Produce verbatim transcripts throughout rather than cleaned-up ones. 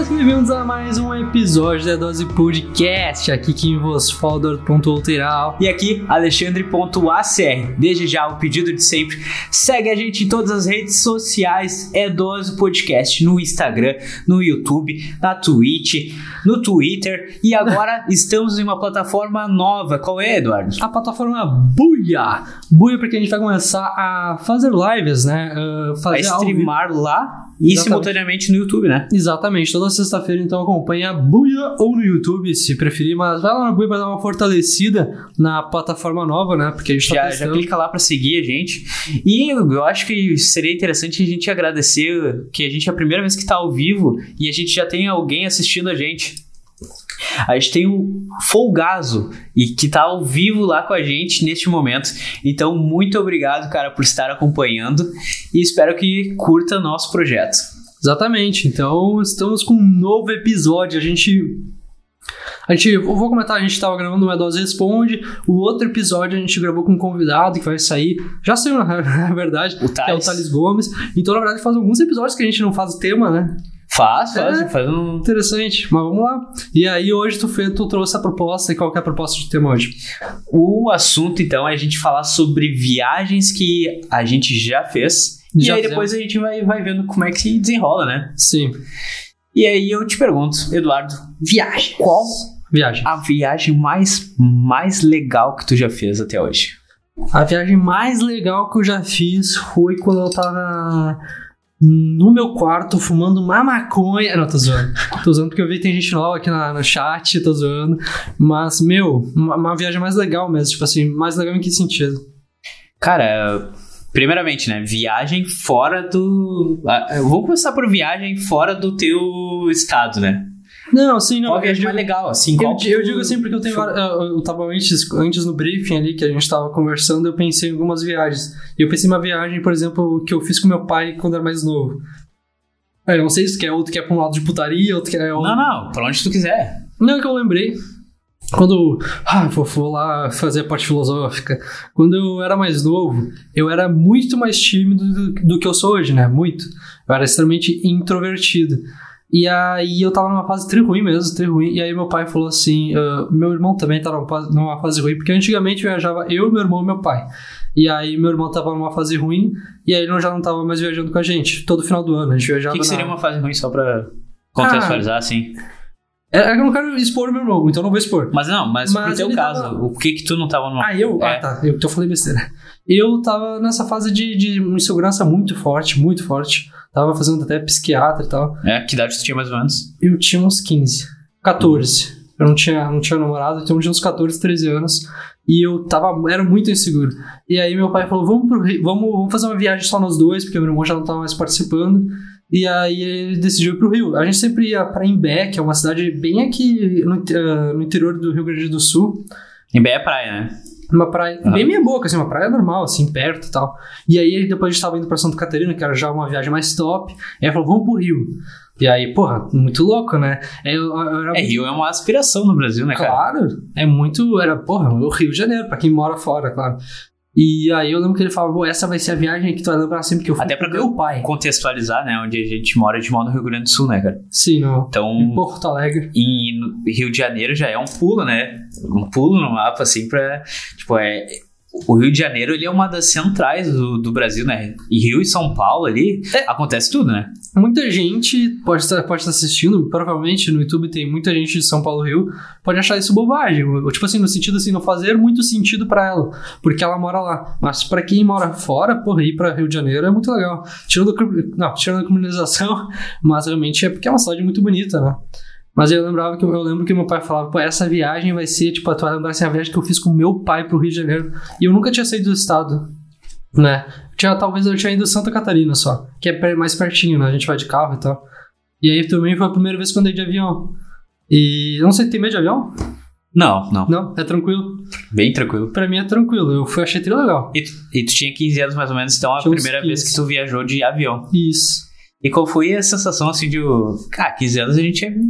Bem-vindos a mais um episódio da Dose Podcast. Aqui quem vos fala, Eduardo.alteral. E aqui, Alexandre.acr. Desde já, o pedido de sempre. Segue a gente em todas as redes sociais. É Dose Podcast. No Instagram, no YouTube, na Twitch, no Twitter. E agora estamos em uma plataforma nova. Qual é, Eduardo? A plataforma Buia. Buia porque a gente vai começar a fazer lives, né? Uh, fazer a streamar lá e Exatamente. simultaneamente no YouTube, né? Exatamente. Toda sexta-feira, então, acompanha a Buia ou no YouTube, se preferir. Mas vai lá na Buia pra dar uma fortalecida na plataforma nova, né? Porque a gente tá já, testando. Já clica lá pra seguir a gente. E eu acho que seria interessante a gente agradecer que a gente é a primeira vez que tá ao vivo e a gente já tem alguém assistindo a gente. A gente tem o Folgazo e que tá ao vivo lá com a gente neste momento. Então, muito obrigado, cara, por estar acompanhando e espero que curta nosso projeto. Exatamente. Então, estamos com um novo episódio. A gente... A gente, eu vou comentar, a gente tava gravando uma Dose Responde. O outro episódio a gente gravou com um convidado que vai sair. Já saiu, na verdade, o que é o Thales Gomes. Então, na verdade, faz alguns episódios que a gente não faz o tema, né? Faz, faz, é, faz um... Interessante, mas vamos lá. E aí hoje tu, fez, tu trouxe a proposta, e qual que é a proposta de tema hoje? O assunto, então, é a gente falar sobre viagens que a gente já fez. Já e aí depois fizemos. a gente vai, vai vendo como é que se desenrola, né? Sim. E aí eu te pergunto, Eduardo, viagem. Qual viagem? A viagem mais, mais legal que tu já fez até hoje? A viagem mais legal que eu já fiz foi quando eu tava... no meu quarto, fumando uma maconha. Não, tô zoando. Tô zoando porque eu vi que tem gente nova aqui na, no chat, tô zoando. Mas, meu, uma, uma viagem mais legal mesmo. Tipo assim, mais legal em que sentido? Cara, primeiramente, né? Viagem fora do... Vamos começar por viagem fora do teu estado, né? Não, sim, não. Qual a viagem mais legal, assim? Eu, eu digo assim porque eu tenho várias, eu, eu tava antes, antes no briefing ali, que a gente tava conversando, eu pensei em algumas viagens. E eu pensei em uma viagem, por exemplo, que eu fiz com meu pai quando era mais novo. Eu não sei se quer outro que é pra um lado de putaria, outro que é... Outro... Não, não, pra onde tu quiser. Não, é que eu lembrei. Quando... Ah, vou, vou lá fazer a parte filosófica. Quando eu era mais novo, eu era muito mais tímido do, do que eu sou hoje, né? Muito. Eu era extremamente introvertido. E aí eu tava numa fase tri ruim mesmo, tri ruim. E aí meu pai falou assim... Uh, meu irmão também tava numa fase, numa fase ruim. Porque antigamente viajava eu, meu irmão e meu pai. E aí meu irmão tava numa fase ruim. E aí ele já não tava mais viajando com a gente. Todo final do ano a gente viajava. O que, que seria na... uma fase ruim só pra contextualizar, ah, assim? É, é que eu não quero expor o meu irmão, então eu não vou expor. Mas não, mas, mas pro teu caso, tava... o que que tu não tava numa... Ah, eu? É. Ah, tá. Eu, então eu falei besteira. Eu tava nessa fase de, de insegurança muito forte, muito forte. Tava fazendo até psiquiatra e tal. É, que idade tu tinha mais ou menos? Eu tinha uns quinze, catorze. Eu não tinha, não tinha namorado, então eu tinha uns catorze, treze anos. E eu tava, era muito inseguro. E aí meu pai falou, vamos, pro Rio, vamos, vamos fazer uma viagem só nós dois, porque meu irmão já não tava mais participando. E aí ele decidiu ir pro Rio. A gente sempre ia pra Imbé, que é uma cidade bem aqui no, uh, no interior do Rio Grande do Sul. Imbé é praia, né? Uma praia uhum. bem meia boca, assim, uma praia normal, assim, perto e tal. E aí depois a gente tava indo pra Santa Catarina, que era já uma viagem mais top. E aí falou, vamos pro Rio. E aí, porra, muito louco, né? É, é Rio é uma aspiração no Brasil, né, cara? Claro, é muito, era, porra, o Rio de Janeiro, pra quem mora fora, claro. E aí eu lembro que ele falava, pô, essa vai ser a viagem que tu vai lembrar sempre que eu fui. Até pra com meu pai. Contextualizar, né, onde a gente mora, de modo no Rio Grande do Sul, né, cara? Sim, no, então, em Porto Alegre. E no Rio de Janeiro já é um pulo, né? Um pulo no mapa, assim, pra... Tipo, é... O Rio de Janeiro, ele é uma das centrais do, do Brasil, né? E Rio e São Paulo ali, é. acontece tudo, né? Muita gente pode estar, pode estar assistindo, provavelmente no YouTube tem muita gente de São Paulo, Rio, pode achar isso bobagem. Ou, tipo assim, no sentido assim, não fazer muito sentido pra ela, porque ela mora lá. Mas pra quem mora fora, porra, ir pra Rio de Janeiro é muito legal. Tirando, não, tirando a criminalização, mas realmente é porque é uma cidade muito bonita, né? Mas eu lembrava que eu lembro que meu pai falava, pô, essa viagem vai ser, tipo, tu vai lembrar assim, a viagem que eu fiz com meu pai pro Rio de Janeiro. E eu nunca tinha saído do estado, né? Eu tinha, talvez eu tinha ido Santa Catarina só, que é mais pertinho, né? A gente vai de carro e tal. E aí também foi a primeira vez que eu andei de avião. E eu não sei, tem medo de avião? Não, não. Não? É tranquilo? Bem tranquilo. Pra mim é tranquilo, eu fui, achei tri legal. E tu, e tu tinha quinze anos mais ou menos, então a tinha primeira vez que tu viajou de avião. Isso. E qual foi a sensação, assim, de... Ah, quinze anos a gente é...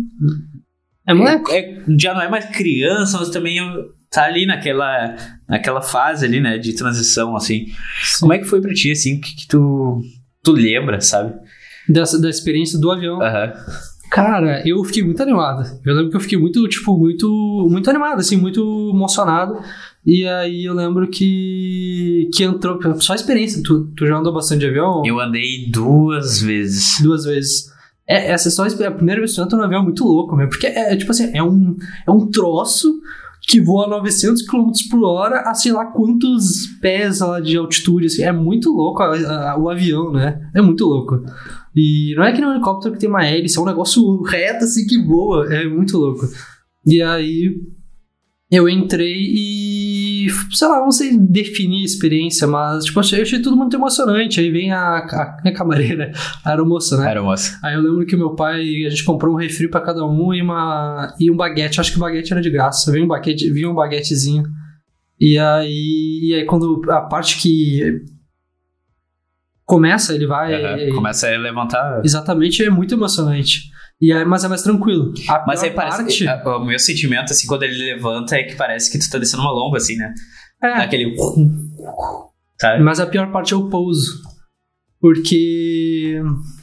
É moleque. É, é, já não é mais criança, mas também tá ali naquela, naquela fase ali, né, de transição, assim. Sim. Como é que foi pra ti, assim, que, que tu, tu lembra, sabe? Dessa, da experiência do avião. Aham. Uhum. Cara, eu fiquei muito animado. Eu lembro que eu fiquei muito, tipo, muito, muito animado, assim, muito emocionado. E aí eu lembro que, que entrou, só a experiência, tu, tu já andou bastante de avião? Eu andei duas vezes. Duas vezes. É, essa é só a primeira vez que tu entra no avião é muito louco, mesmo, porque é, é tipo assim, é um, é um troço que voa a novecentos quilômetros por hora a sei lá quantos pés lá de altitude, assim, é muito louco a, a, o avião, né? É muito louco. E não é que nem um helicóptero que tem uma hélice, é um negócio reto assim que voa, é muito louco. E aí eu entrei e, sei lá, não sei definir a experiência, mas tipo, eu achei tudo muito emocionante. Aí vem a, a, a camareira, a aeromoça, né? Aeromoça. Aí eu lembro que meu pai, a gente comprou um refri pra cada um e, uma, e um baguete. Acho que o baguete era de graça. Vinha um baguete, vinha um baguetezinho. E aí, e aí quando a parte que começa, ele vai... Uhum. É, começa a levantar. Exatamente, é muito emocionante. E aí, mas é mais tranquilo. A mas aí parece parte... que, a, o meu sentimento, assim, quando ele levanta, é que parece que tu tá descendo uma lomba, assim, né? É. Aquele... Sabe? Mas a pior parte é o pouso. Porque...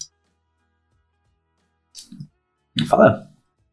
Fala.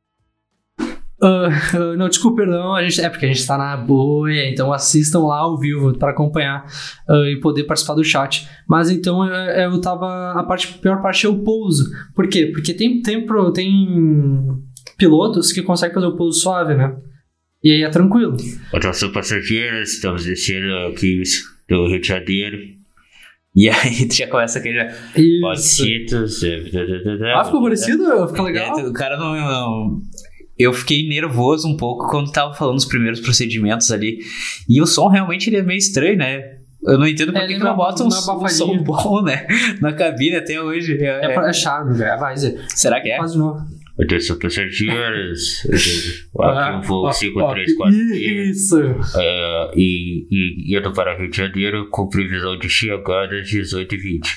Uh, uh, não, desculpa, perdão, a gente, é porque a gente tá na boia, então assistam lá ao vivo pra acompanhar uh, e poder participar do chat. Mas então eu, eu tava. A, parte, a pior parte é o pouso. Por quê? Porque tem, tem, pro, tem pilotos que conseguem fazer o pouso suave, né? E aí é tranquilo. Atenção passageiros, estamos descendo aqui do Rio de Janeiro. E aí tu já começa aquele já. Positos. Ah, ficou parecido? Ficou legal? É, o cara não. não Eu fiquei nervoso um pouco quando tava falando os primeiros procedimentos ali. E o som realmente ele é meio estranho, né? Eu não entendo por é, que não bota um, um som bom, né? Na cabine até hoje. É, é, pra, é charme, velho. Vai dizer. Será que é? Faz de novo. Atenção passageiros. Aqui o voo cinco três quatro. Isso. É, e, e indo para Rio de Janeiro com previsão de chegada às dezoito e vinte.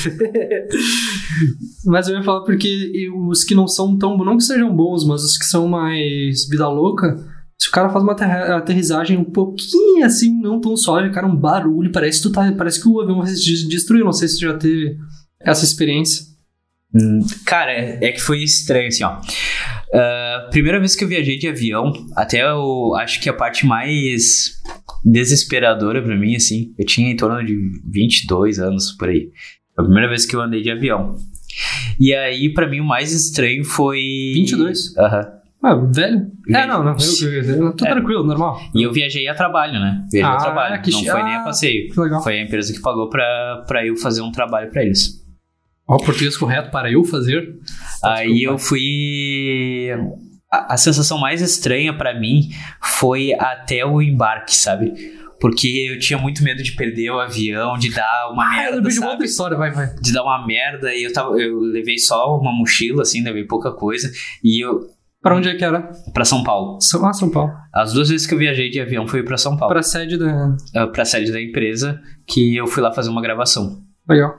Mas eu ia falar porque os que não são tão... Não que sejam bons, mas os que são mais vida louca... Se o cara faz uma aterrissagem um pouquinho assim, não tão suave, cara, um barulho, parece que, tu tá, parece que o avião vai se destruir. Não sei se tu já teve essa experiência. Hum, cara, é, é que foi estranho, assim, ó. Uh, primeira vez que eu viajei de avião, até eu acho que a parte mais desesperadora pra mim, assim, eu tinha em torno de vinte e dois anos, por aí. Foi a primeira vez que eu andei de avião. E aí, pra mim, o mais estranho foi... vinte e dois? Aham. Uh-huh. Ah, velho? É, não, não. Eu, eu, eu, tô é. tranquilo, normal. E eu viajei a trabalho, né? Viajei ah, a trabalho. Que não che... foi nem ah, a passeio. Que legal. Foi a empresa que pagou pra, pra eu fazer um trabalho pra eles. Ó, o português correto, para eu fazer. Aí Desculpa. eu fui... A, a sensação mais estranha pra mim foi até o embarque, sabe? Porque eu tinha muito medo de perder o avião, de dar uma ah, merda, eu sabe? outra história, vai, vai. De dar uma merda. E eu, tava, eu levei só uma mochila, assim, levei pouca coisa. E eu... Pra onde é que era? Pra São Paulo. São, ah, São Paulo. As duas vezes que eu viajei de avião foi pra São Paulo. Pra sede da... Uh, pra sede da empresa, que eu fui lá fazer uma gravação. Legal.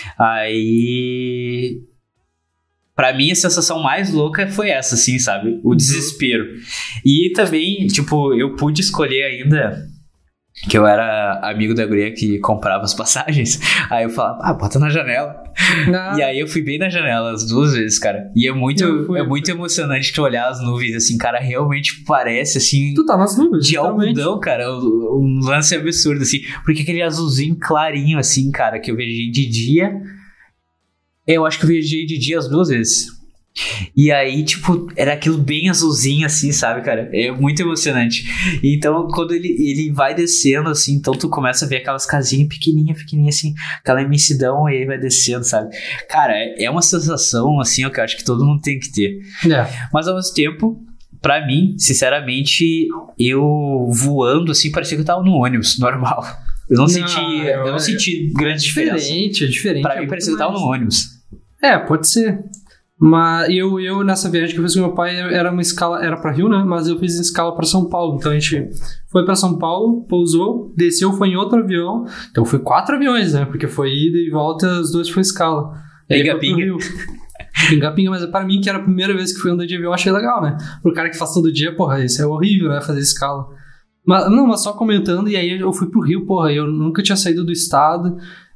Aí... Pra mim, a sensação mais louca foi essa, assim, sabe? O desespero. E também, tipo, eu pude escolher ainda... Que eu era amigo da guria que comprava as passagens. Aí eu falava, ah, bota na janela. Ah. E aí eu fui bem na janela as duas vezes, cara. E é muito, fui, é muito emocionante tu olhar as nuvens, assim, cara, realmente parece, assim... Tu tá nas nuvens, de algodão, cara. Um lance absurdo, assim. Porque aquele azulzinho clarinho, assim, cara, que eu viajei de dia... Eu acho que eu viajei de dia as duas vezes. E aí, tipo, era aquilo bem azulzinho, assim, sabe, cara? É muito emocionante. Então, quando ele, ele vai descendo, assim, então tu começa a ver aquelas casinhas pequenininhas, pequenininhas, assim, aquela imensidão, e aí vai descendo, sabe? Cara, é uma sensação, assim, ó, que eu acho que todo mundo tem que ter. É. Mas, ao mesmo tempo, pra mim, sinceramente, eu voando, assim, parecia que eu tava no ônibus, normal. Eu não, não senti, eu não é senti grande diferença. Diferente, é diferente. Pra é mim, parecia que eu tava no ônibus. É, pode ser. Mas eu, eu, nessa viagem que eu fiz com meu pai, era uma escala, era pra Rio, né? Mas eu fiz em escala pra São Paulo. Então a gente foi pra São Paulo, pousou, desceu, foi em outro avião. Então foi quatro aviões, né? Porque foi ida e volta, os dois foi escala. Pinga-pinga. Pinga-pinga, mas pra mim, que era a primeira vez que fui andar de avião, achei legal, né? Pro cara que faz todo dia, porra, isso é horrível, né? Fazer escala. Mas, não, mas só comentando, e aí eu fui pro Rio, porra, eu nunca tinha saído do estado.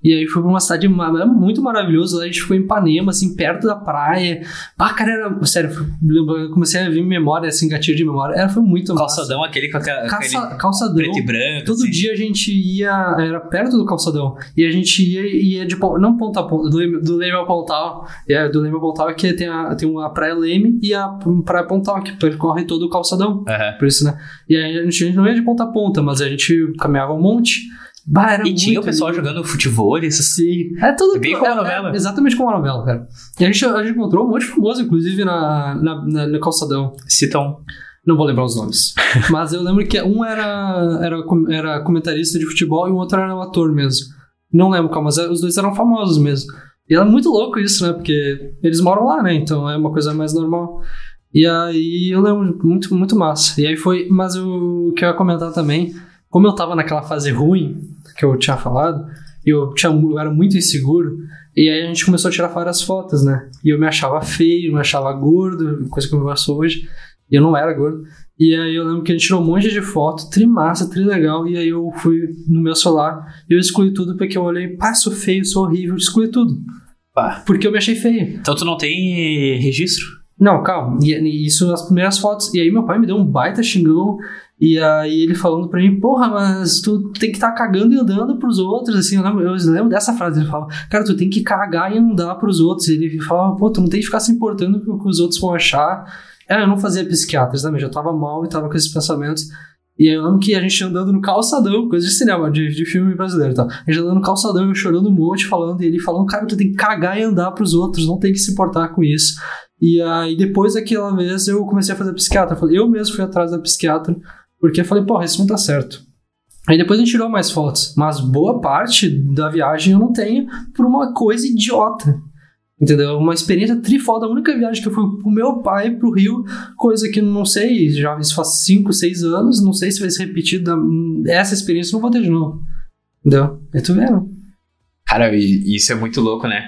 E aí foi pra uma cidade ma- muito maravilhosa. Lá a gente ficou em Ipanema, assim, perto da praia. Ah, cara, era... Sério, eu comecei a vir memória, assim, gatilho de memória. Era, foi muito massa. Calçadão, aquele com aquela, Calça, aquele calçadão. preto e branco. Todo assim. dia a gente ia... Era perto do calçadão. E a gente ia, ia de... pon- Não ponta a ponta, do Leme, do Leme ao Pontal. É, do Leme ao Pontal é que tem a, tem a praia Leme e a praia Pontal, que percorre todo o calçadão. Aham. Por isso, né? E aí a gente, a gente não ia de ponta a ponta, mas a gente caminhava um monte. Bah, era E tinha o muito pessoal lindo. jogando futebol, isso. Sim. É tudo É bem como uma novela. É, exatamente como uma novela, cara. E a gente, a gente encontrou um monte de famoso, inclusive, na, na, na, no calçadão. Citam. Não vou lembrar os nomes. Mas eu lembro que um era, era, era comentarista de futebol e o outro era um ator mesmo. Não lembro qual, mas os dois eram famosos mesmo. E era muito louco isso, né? Porque eles moram lá, né? Então é uma coisa mais normal. E aí eu lembro, muito, muito massa. E aí foi... Mas o que eu ia comentar também, como eu tava naquela fase ruim, que eu tinha falado, eu, tinha, eu era muito inseguro, e aí a gente começou a tirar várias fotos, né? E eu me achava feio, me achava gordo, coisa que eu me faço hoje, e eu não era gordo. E aí eu lembro que a gente tirou um monte de foto, trimassa, trilegal, e aí eu fui no meu celular, e eu excluí tudo porque eu olhei, pá, sou feio, sou horrível, excluí tudo. Pá. Porque eu me achei feio. Então tu não tem registro? Não, calma, e, e isso nas primeiras fotos. E aí meu pai me deu um baita xingão, e aí ele falando pra mim, porra, mas tu tem que estar tá cagando e andando pros outros, assim, eu lembro, eu lembro dessa frase, ele falava, cara, tu tem que cagar e andar pros outros. E ele falava, pô, tu não tem que ficar se importando com o que os outros vão achar. É, eu não fazia psiquiatra, também, já tava mal e tava com esses pensamentos. E aí eu lembro que a gente andando no calçadão, coisa de cinema, de, de filme brasileiro e tal. A gente andando no calçadão, eu chorando um monte, falando, e ele falando, cara, tu tem que cagar e andar pros outros, não tem que se importar com isso. E aí depois daquela vez eu comecei a fazer psiquiatra. Eu mesmo fui atrás da psiquiatra, porque eu falei, porra, isso não tá certo. Aí depois a gente tirou mais fotos, mas boa parte da viagem eu não tenho por uma coisa idiota. Entendeu? Uma experiência trifoda. A única viagem que eu fui com meu pai pro Rio, coisa que não sei, já isso faz cinco, seis anos, não sei se vai ser repetida. Essa experiência eu não vou ter de novo. Entendeu? Aí tu vê, né? Cara, e- isso é muito louco, né?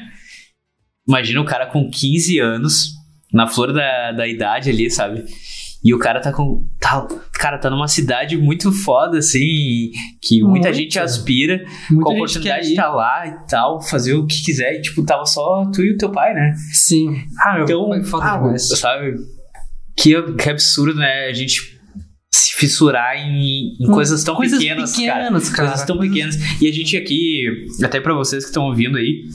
Imagina o cara com quinze anos, na flor da, da idade ali, sabe? E o cara tá com... Tá, cara, tá numa cidade muito foda, assim, que muita Muito. gente aspira, Muita com a gente oportunidade quer de ir. estar lá e tal, fazer o que quiser. E, tipo, tava só tu e o teu pai, né? Sim. Ah, meu Então, pai é foda ah, demais. sabe? Que, que absurdo, né? A gente se fissurar em, em Hum, coisas tão coisas pequenas, cara. pequenas, cara. Coisas tão pequenas. E a gente aqui, até pra vocês que estão ouvindo aí...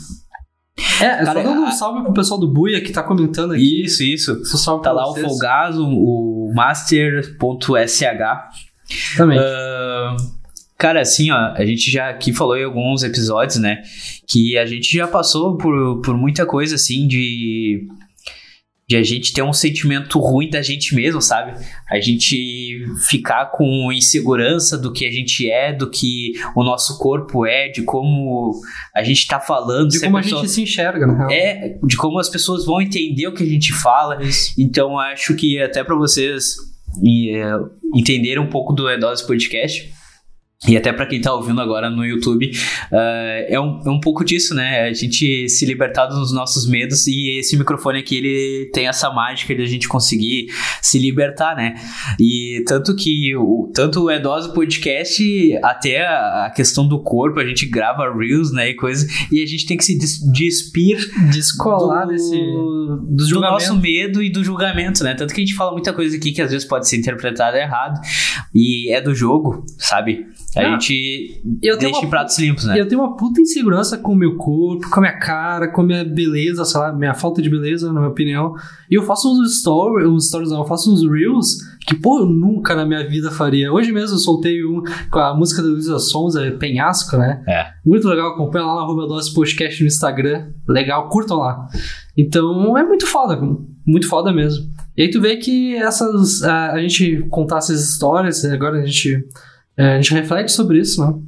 É, Cara, só dando um a- salve pro pessoal do Buia que tá comentando aqui. Isso, isso. Só salve Tá pra lá o vocês. Folgazo, o master ponto s h. Também. Ah, cara, assim, ó, a gente já aqui falou em alguns episódios, né, que a gente já passou por, por muita coisa, assim, de, de a gente ter um sentimento ruim da gente mesmo, sabe? A gente ficar com insegurança do que a gente é, do que o nosso corpo é, de como a gente tá falando. De se como a pessoa- gente se enxerga, na real. É, de como as pessoas vão entender o que a gente fala. Então, acho que até para vocês e, é, entenderem um pouco do Edose Podcast, e até para quem tá ouvindo agora no YouTube, uh, é, um, é um pouco disso, né? A gente se libertar dos nossos medos, e esse microfone aqui, ele tem essa mágica de a gente conseguir se libertar, né? E tanto que o, tanto o Edose Podcast, até a, a questão do corpo, a gente grava Reels, né? E coisa, e a gente tem que se des, despir Descolar do, desse... do julgamento. nosso medo e do julgamento, né? Tanto que a gente fala muita coisa aqui que às vezes pode ser interpretada errado, e é do jogo, sabe? A Ah, gente eu tenho deixa uma- em pratos limpos, né? Eu tenho uma puta insegurança com o meu corpo, com a minha cara, com a minha beleza, sei lá, minha falta de beleza, na minha opinião. E eu faço uns stories, uns stories não, eu faço uns reels que, pô, eu nunca na minha vida faria. Hoje mesmo eu soltei um com a música da Luísa Sonza, Penhasco, né? É. Muito legal, acompanha lá na arroba Dose Podcast no Instagram. Legal, curtam lá. Então é muito foda, muito foda mesmo. E aí tu vê que essas. A, a gente contar essas histórias, agora a gente. É, a gente reflete sobre isso, né?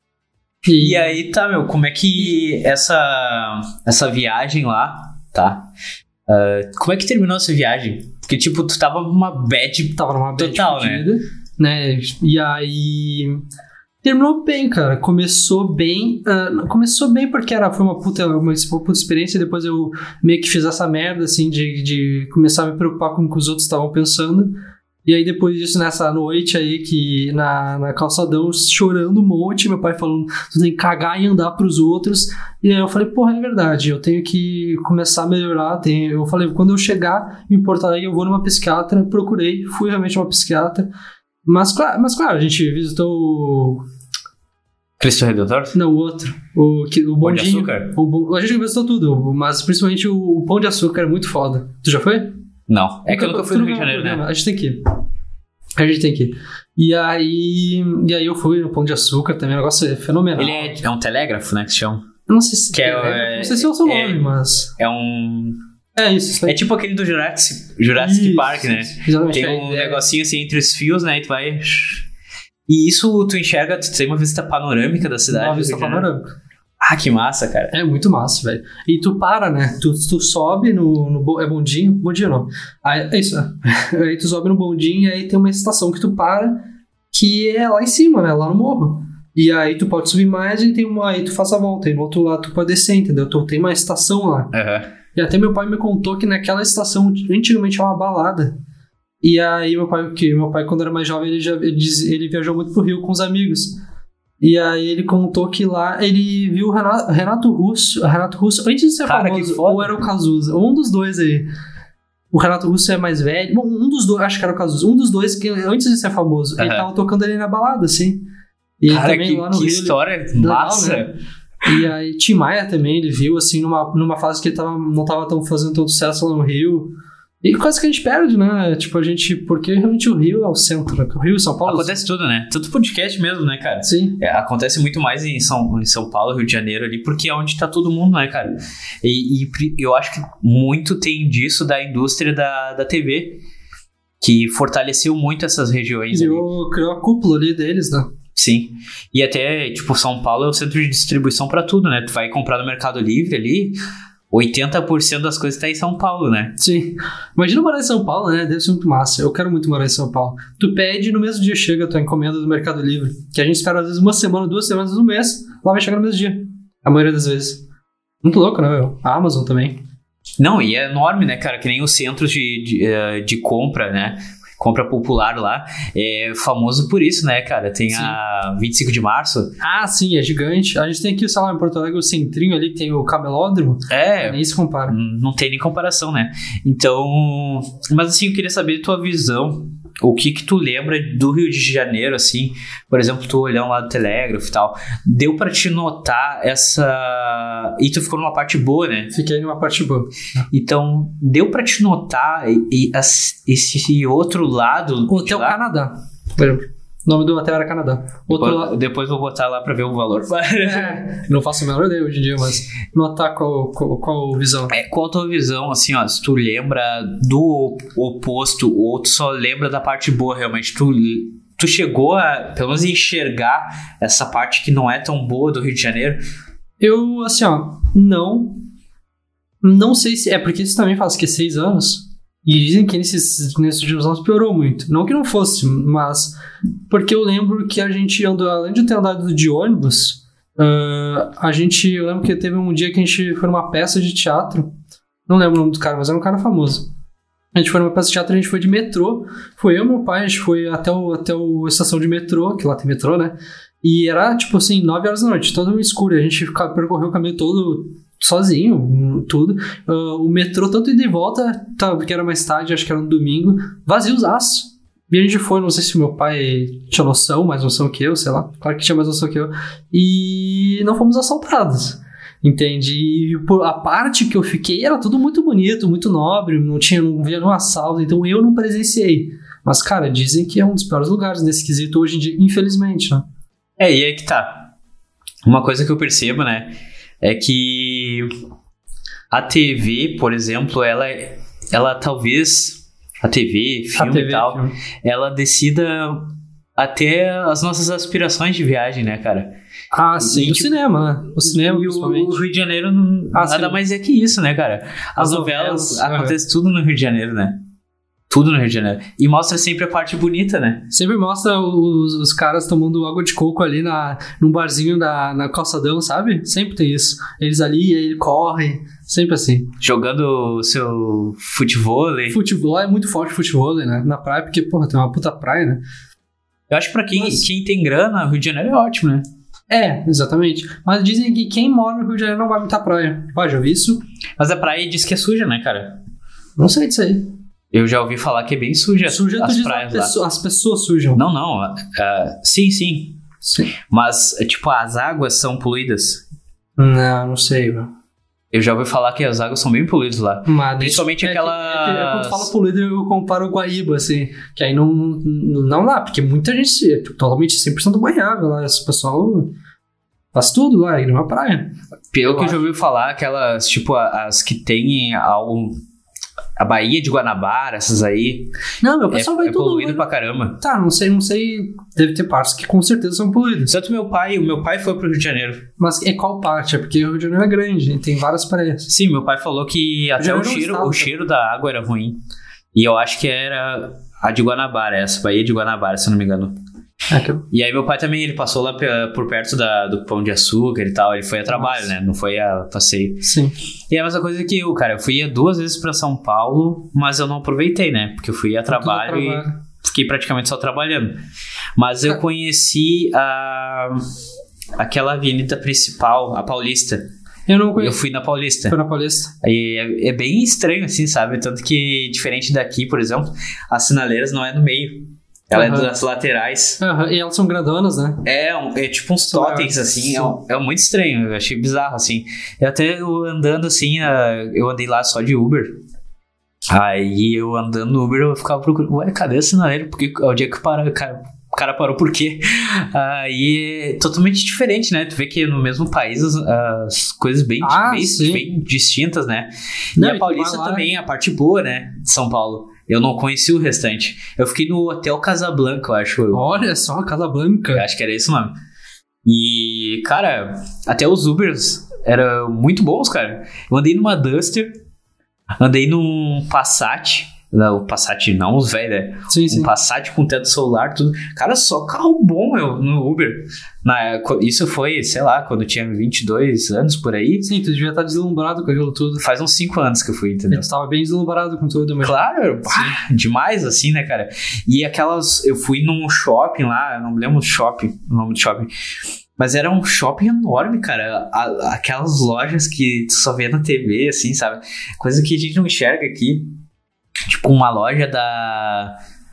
E aí, tá, meu, como é que essa, essa viagem lá, tá? Ah, como é que terminou essa viagem? Porque, tipo, tu tava numa bad Tava numa bad total, né? fudida, né? E aí terminou bem, cara. Começou bem. Uh, começou bem porque era, foi uma puta, uma, uma puta experiência. E depois eu meio que fiz essa merda, assim, de, de começar a me preocupar com o que os outros estavam pensando. E aí depois disso, nessa noite aí, que na, na calçadão, chorando um monte, meu pai falando, tu tem que cagar e andar pros outros. E aí eu falei, porra, é verdade, eu tenho que começar a melhorar. Tenho... Eu falei, quando eu chegar em Porto Alegre, eu vou numa psiquiatra. Procurei, fui realmente uma psiquiatra. Mas, mas claro, a gente visitou o... Cristo Redentor? Não, o outro. O, que, o Pão de bondinho. Açúcar? O, a gente visitou tudo, mas principalmente o, o Pão de Açúcar é muito foda. Tu já foi? Não. É que eu nunca fui no Rio de Janeiro, né? A gente tem que ir. A gente tem que ir. E aí, e aí eu fui no Pão de Açúcar também, o negócio é fenomenal. Ele é, é um telégrafo, né, que se chama? Eu não sei se que é, é, é, não sei se é o seu é, nome, mas... É um... É isso. isso é tipo aquele do Jurassic, Jurassic isso, Park, né? Exatamente. Tem um é, negocinho assim entre os fios, né, e tu vai... E isso tu enxerga, tu tem uma vista panorâmica da cidade. Uma vista panorâmica. Ah, que massa, cara. É muito massa, velho. E tu para, né? Tu, tu sobe no, no... É bondinho? Bondinho não. Aí, é isso. Aí tu sobe no bondinho e aí tem uma estação que tu para, que é lá em cima, né? Lá no morro. E aí tu pode subir mais e tem uma... Aí tu faz a volta. E no outro lado tu pode descer, entendeu? Tu tem uma estação lá. Uhum. E até meu pai me contou que naquela estação antigamente é uma balada. E aí meu pai, que meu pai quando era mais jovem, ele, já, ele, diz, ele viajou muito pro Rio com os amigos. E aí ele contou que lá ele viu o Renato, Renato Russo, Renato Russo antes de ser Cara, famoso, ou era o Cazuza, um dos dois aí. O Renato Russo é mais velho, bom, um dos dois, acho que era o Cazuza, um dos dois que antes de ser famoso, uhum. ele tava tocando ali na balada, assim. E cara, também que, lá no que Rio, história ele, massa! Legal, né? E aí Tim Maia também, ele viu assim numa, numa fase que ele tava, não tava tão fazendo tanto sucesso lá no Rio. E quase que a gente perde, né? Tipo, a gente... Porque realmente o Rio é o centro, né? O Rio e São Paulo... Acontece tudo, né? Tanto podcast mesmo, né, cara? Sim. É, acontece muito mais em São, em São Paulo, Rio de Janeiro ali, porque é onde tá todo mundo, né, cara? E, e eu acho que muito tem disso da indústria da, da T V, que fortaleceu muito essas regiões. Criou, ali. criou a cúpula ali deles, né? Sim. E até, tipo, São Paulo é o centro de distribuição pra tudo, né? Tu vai comprar no Mercado Livre ali... oitenta por cento das coisas tá em São Paulo, né? Sim. Imagina morar em São Paulo, né? Deve ser muito massa. Eu quero muito morar em São Paulo. Tu pede e no mesmo dia chega a tua encomenda do Mercado Livre. Que a gente espera às vezes uma semana, duas semanas, um mês. Lá vai chegar no mesmo dia. A maioria das vezes. Muito louco, né, meu? A Amazon também. Não, e é enorme, né, cara? Que nem os centros de, de, de compra, né? Compra popular lá, é famoso por isso, né, cara? Tem sim. a vinte e cinco de março. Ah, sim, é gigante. A gente tem aqui, sei lá, em Porto Alegre, o centrinho ali, que tem o camelódromo. É. Nem se compara. Não tem nem comparação, né? Então, mas assim, eu queria saber a tua visão. O que que tu lembra do Rio de Janeiro, assim? Por exemplo, tu olhando lá do Telégrafo e tal. Deu pra te notar essa... E tu ficou numa parte boa, né? Fiquei numa parte boa. Então, deu pra te notar e, e, as, esse outro lado... Hotel Canadá, por exemplo. O nome do hotel era Canadá. Outro depois, la... depois vou botar lá pra ver o valor. É, não faço a menor ideia hoje em dia, mas notar qual, qual, qual visão. É, qual a tua visão, assim, ó, se tu lembra do oposto ou tu só lembra da parte boa, realmente, tu, tu chegou a, pelo menos, enxergar essa parte que não é tão boa do Rio de Janeiro? Eu, assim, ó, não, não sei se, é porque isso também faz, que seis anos, e dizem que nesses, nesses últimos anos piorou muito. Não que não fosse, mas... Porque eu lembro que a gente andou... Além de ter andado de ônibus, uh, a gente... Eu lembro que teve um dia que a gente foi numa peça de teatro. Não lembro o nome do cara, mas era um cara famoso. A gente foi numa peça de teatro, a gente foi de metrô. Foi eu e meu pai, a gente foi até o, até o estação de metrô, que lá tem metrô, né? E era, tipo assim, nove horas da noite, todo escuro. E a gente percorreu o caminho todo... sozinho, tudo. Uh, o metrô, tanto ida e volta, tá, porque era mais tarde, acho que era no domingo, vaziozaço. E a gente foi, não sei se meu pai tinha noção, mais noção que eu, sei lá. Claro que tinha mais noção que eu. E não fomos assaltados. Entende? E a parte que eu fiquei era tudo muito bonito, muito nobre, não tinha, não via nenhum assalto, então eu não presenciei. Mas, cara, dizem que é um dos piores lugares nesse quesito hoje em dia, infelizmente, né? É, e aí que tá. Uma coisa que eu percebo, né? É que a T V, por exemplo, ela, ela talvez, a T V, filme a T V, e tal, filme. Ela decida até as nossas aspirações de viagem, né, cara? Ah, sim, e, o tipo, cinema, né? O cinema, e principalmente. O Rio de Janeiro não, ah, nada sim. mais é que isso, né, cara? As, As novelas, novelas acontece uhum. tudo no Rio de Janeiro, né? Tudo no Rio de Janeiro. E mostra sempre a parte bonita, né? Sempre mostra os, os caras tomando água de coco ali na, num barzinho da, na calçadão, sabe? Sempre tem isso. Eles ali, aí ele corre, sempre assim. Jogando o seu futevôlei. Futebol é muito forte futebol, né? Na praia, porque, porra, tem uma puta praia, né? Eu acho que pra quem, Mas... quem tem grana, o Rio de Janeiro é ótimo, né? É, exatamente. Mas dizem que quem mora no Rio de Janeiro não vai muita praia. Pô, já ouvi isso? Mas a praia diz que é suja, né, cara? Não sei disso aí. Eu já ouvi falar que é bem suja, Suja, as tu diz praias as lá. pessoas, as pessoas sujam. Não, não. Uh, sim, sim. Sim. Mas, tipo, as águas são poluídas. Não, não sei, velho. Eu já ouvi falar que as águas são bem poluídas lá. Mas Principalmente é aquelas... Que, é que, é quando fala poluído, eu comparo o Guaíba, assim. Que aí não, não lá, porque muita gente é totalmente cem por cento banhável lá. Esse pessoal faz tudo lá, e numa praia. Pelo que eu já ouvi falar, aquelas, tipo, as que tem ao... A Baía de Guanabara, essas aí. Não, meu pessoal é, vai é tudo. poluído Né? pra caramba. Tá, não sei, não sei. Deve ter partes que com certeza são poluídas. Tanto meu pai, o meu pai foi pro Rio de Janeiro. Mas é qual parte? É porque o Rio de Janeiro é grande e tem várias praias. Sim, meu pai falou que até o cheiro, o cheiro da água era ruim. E eu acho que era a de Guanabara, essa Baía de Guanabara, se eu não me engano. É que... E aí meu pai também, ele passou lá por perto da, do Pão de Açúcar e tal. Ele foi a trabalho, Nossa. né? Não foi a passeio. Sim. E é a mesma coisa que eu, cara. Eu fui duas vezes pra São Paulo, mas eu não aproveitei, né? Porque eu fui a trabalho, trabalho e fiquei praticamente só trabalhando. Mas eu conheci a, aquela avenida principal, a Paulista. Eu não conheço. Eu fui na Paulista. Foi na Paulista. E é, é bem estranho, assim, sabe? Tanto que, diferente daqui, por exemplo, as sinaleiras não é no meio. Ela uhum. é das laterais. Uhum. E elas são grandonas, né? É, é tipo uns totens, assim. É, é muito estranho. Eu achei bizarro, assim. Eu até eu andando, assim, eu andei lá só de Uber. Aí eu andando no Uber, eu ficava procurando. Ué, cadê a sinaleira? Porque o dia que para, cara, o cara parou por quê? Aí é totalmente diferente, né? Tu vê que no mesmo país as, as coisas bem, ah, bem, bem distintas, né? Não, e a Paulista também, a parte boa, né? De São Paulo. Eu não conheci o restante. Eu fiquei no Hotel Casablanca, eu acho. Olha só, Casablanca. Eu acho que era esse o nome. E, cara, até os Ubers eram muito bons, cara. Eu andei numa Duster, andei num Passat. Não, o Passat não, os velhos, né? Sim, um sim. Passat com teto solar, tudo. Cara, só carro bom, meu, no Uber. Na, isso foi, sei lá, quando eu tinha vinte e dois anos, por aí. Sim, tu devia estar deslumbrado com aquilo tudo. Faz uns cinco anos que eu fui, entendeu? Tu estava bem deslumbrado com tudo. Mas... Claro, pá, demais, assim, né, cara? E aquelas... Eu fui num shopping lá, eu não me lembro do shopping, o nome do shopping. Mas era um shopping enorme, cara. A, aquelas lojas que tu só vê na T V, assim, sabe? Coisa que a gente não enxerga aqui. Tipo, uma loja da...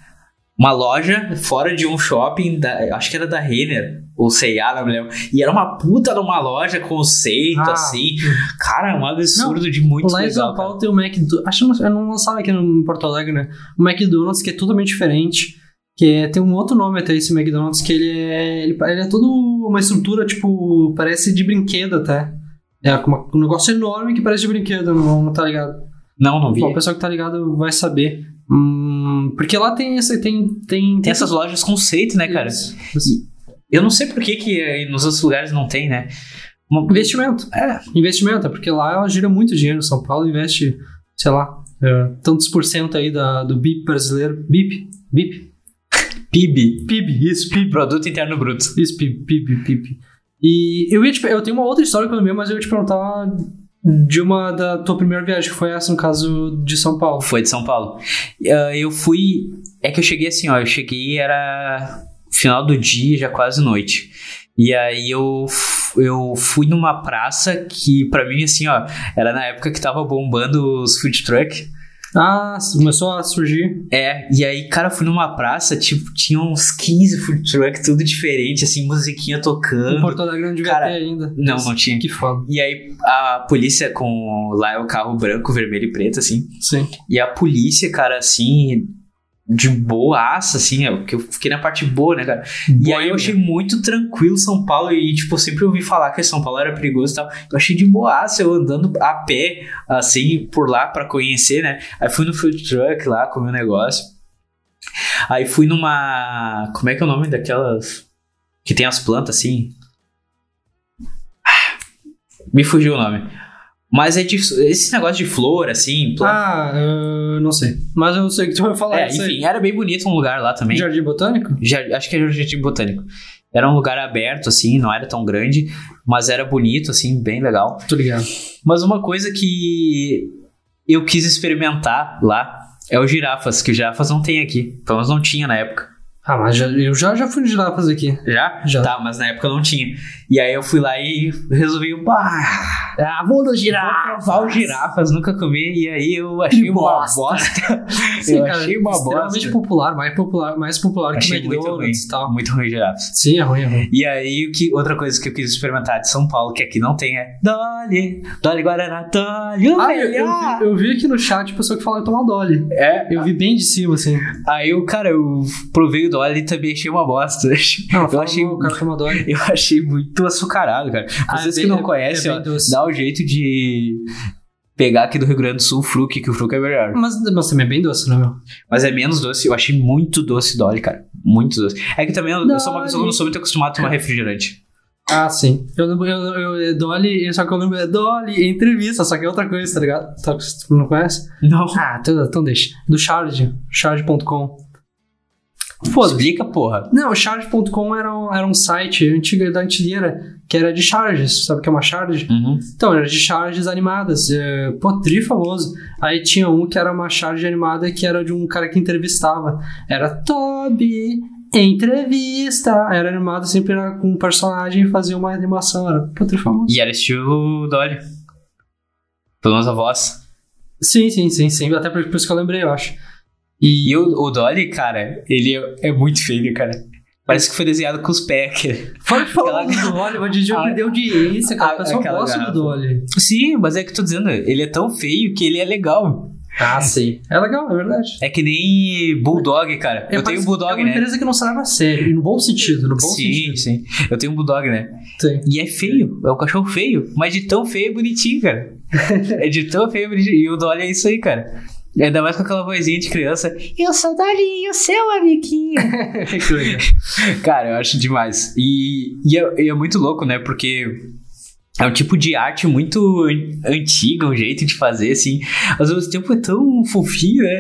Uma loja fora de um shopping, da, acho que era da Renner, ou C e A, não me lembro. E era uma puta numa loja, conceito, ah, assim. Cara, é um absurdo não, de muito lá legal. Lá em São Paulo tem o McDonald's. Acho que eu não lançava aqui no Porto Alegre, né? O McDonald's, que é totalmente diferente. Que é, tem um outro nome até esse McDonald's, que ele é... Ele, ele é todo uma estrutura, tipo, parece de brinquedo até. É uma, um negócio enorme que parece de brinquedo, não, não tá ligado? Não, não vi. Bom, o pessoal que tá ligado vai saber. Hum, porque lá tem, esse, tem, tem, tem... Tem essas lojas conceito, né, cara? Isso, isso. Eu não sei por que, que nos outros lugares não tem, né? Uma... Investimento. É, investimento. É porque lá ela gira muito dinheiro. São Paulo investe, sei lá, é, tantos por cento aí da, do B I P brasileiro. B I P? B I P? P I B. P I B, isso, P I B. Produto Interno Bruto. Isso, P I B, P I B, P I B. E eu ia te, eu tenho uma outra história com o meu, mas eu ia te perguntar... De uma da tua primeira viagem, que foi essa, no caso de São Paulo. Foi de São Paulo. Uh, eu fui... É que eu cheguei assim, ó. Eu cheguei, era final do dia, já quase noite. E aí eu, eu fui numa praça que, pra mim, assim, ó... Era na época que tava bombando os food truck. Ah, começou a surgir. É, e aí, cara, eu fui numa praça, tipo, tinha uns quinze food truck, tudo diferente, assim, musiquinha tocando. Em Porto Alegre não devia cara, ter ainda. Não, não tinha. Que foda. E aí, a polícia com... Lá é o carro branco, vermelho e preto, assim. Sim. E a polícia, cara, assim... De boaça, assim, porque eu fiquei na parte boa, né, cara? Boa, e aí eu achei muito tranquilo São Paulo. E, tipo, eu sempre ouvi falar que São Paulo era perigoso e tal. Eu achei de boaça, eu andando a pé, assim, por lá pra conhecer, né? Aí fui no food truck lá, comi um negócio. Aí fui numa... Como é que é o nome daquelas... Que tem as plantas, assim? Me fugiu o nome. Mas é de, esse negócio de flor, assim... Planta... Ah, eu não sei. Mas eu sei que tu vai falar É, isso aí. enfim, era bem bonito um lugar lá também. Jardim Botânico? Já, acho que era o Jardim Botânico. Era um lugar aberto, assim, não era tão grande, mas era bonito, assim, bem legal. Tô ligado. Mas uma coisa que eu quis experimentar lá é o girafas, que o girafas não tem aqui. Pelo menos não tinha na época. Ah, mas já, eu já, já fui de girafas aqui. Já? Já. Tá, mas na época não tinha. E aí eu fui lá e resolvi, bah, Ah, vou no girafas. Vou girafas, nunca comi. E aí eu achei Que uma bosta. bosta. Sim, eu cara, achei uma extremamente bosta. popular, mais popular, mais popular que o Achei muito ruim, McDonald's e tal. muito ruim girafas. Sim, é ruim, é ruim. E aí, o que, outra coisa que eu quis experimentar de São Paulo, que aqui não tem, é Dolly, Dolly Guaraná, Dolly, o Ah, eu, eu, melhor. vi, eu vi aqui no chat pessoa que fala tomar Dolly. É, Eu vi bem de cima, assim. aí eu, cara, eu provei o Dolly e também achei uma bosta. Não, eu fala, achei, não, o cara toma Dolly. eu achei muito açucarado, cara. Ah, Vocês é que bem- não conhecem, é ó, bem doce. dá o jeito de pegar aqui do Rio Grande do Sul o Fruc, que o Fruc é melhor. Mas, mas também é bem doce, né, meu? Mas é menos doce, eu achei muito doce Dolly, cara. Muito doce. É que também eu, eu sou uma pessoa que não sou muito acostumada a tomar refrigerante. Ah, sim. Eu lembro, eu, eu, eu Dolly, só que eu lembro é Dolly em entrevista, só que é outra coisa, tá ligado? Só que tu não conhece? Não. Ah, então, então deixa. Do Charge, charge ponto com. Foda-se. Explica, porra. Não, o charge ponto com era um, era um site antigo da antigueira que era de charges, sabe o que é uma charge? Uhum. Então, era de charges animadas, é, pô, tri famoso. Aí tinha um que era uma charge animada que era de um cara que entrevistava. Era Toby, entrevista. Era animado, sempre era com um personagem e fazia uma animação, era pô, tri famoso. E era estilo Dolly. Pelo menos a voz. Sim, sim, sim, sim. Até por, por isso que eu lembrei, eu acho. E, E o, o Dolly, cara, ele é, é muito feio, cara. Parece que foi desenhado com os pés. cara. Fala falar do Aquela- Dolly, o Didi A- perdeu audiência, cara. a- O pessoal aquela gosta garrafa. do Dolly. Sim, mas é que eu tô dizendo, ele é tão feio que ele é legal. Ah, sim. É legal, é verdade. É que nem Bulldog, cara. É, eu tenho parece- um Bulldog, é uma né? empresa que não se leva a sério, e no bom sentido, no bom Sim, sentido. sim. Eu tenho um Bulldog, né? Sim. E é feio. É um cachorro feio. Mas de tão feio é bonitinho, cara. É de tão feio é bonitinho. E o Dolly é isso aí, cara. Ainda mais com aquela vozinha de criança. Eu sou Dolly, o seu amiguinho. Que legal. Cara, eu acho demais. E, e, é, e é muito louco, né? Porque é um tipo de arte muito an- antiga, um jeito de fazer, assim. Mas ao mesmo tempo é tão fofinho, né?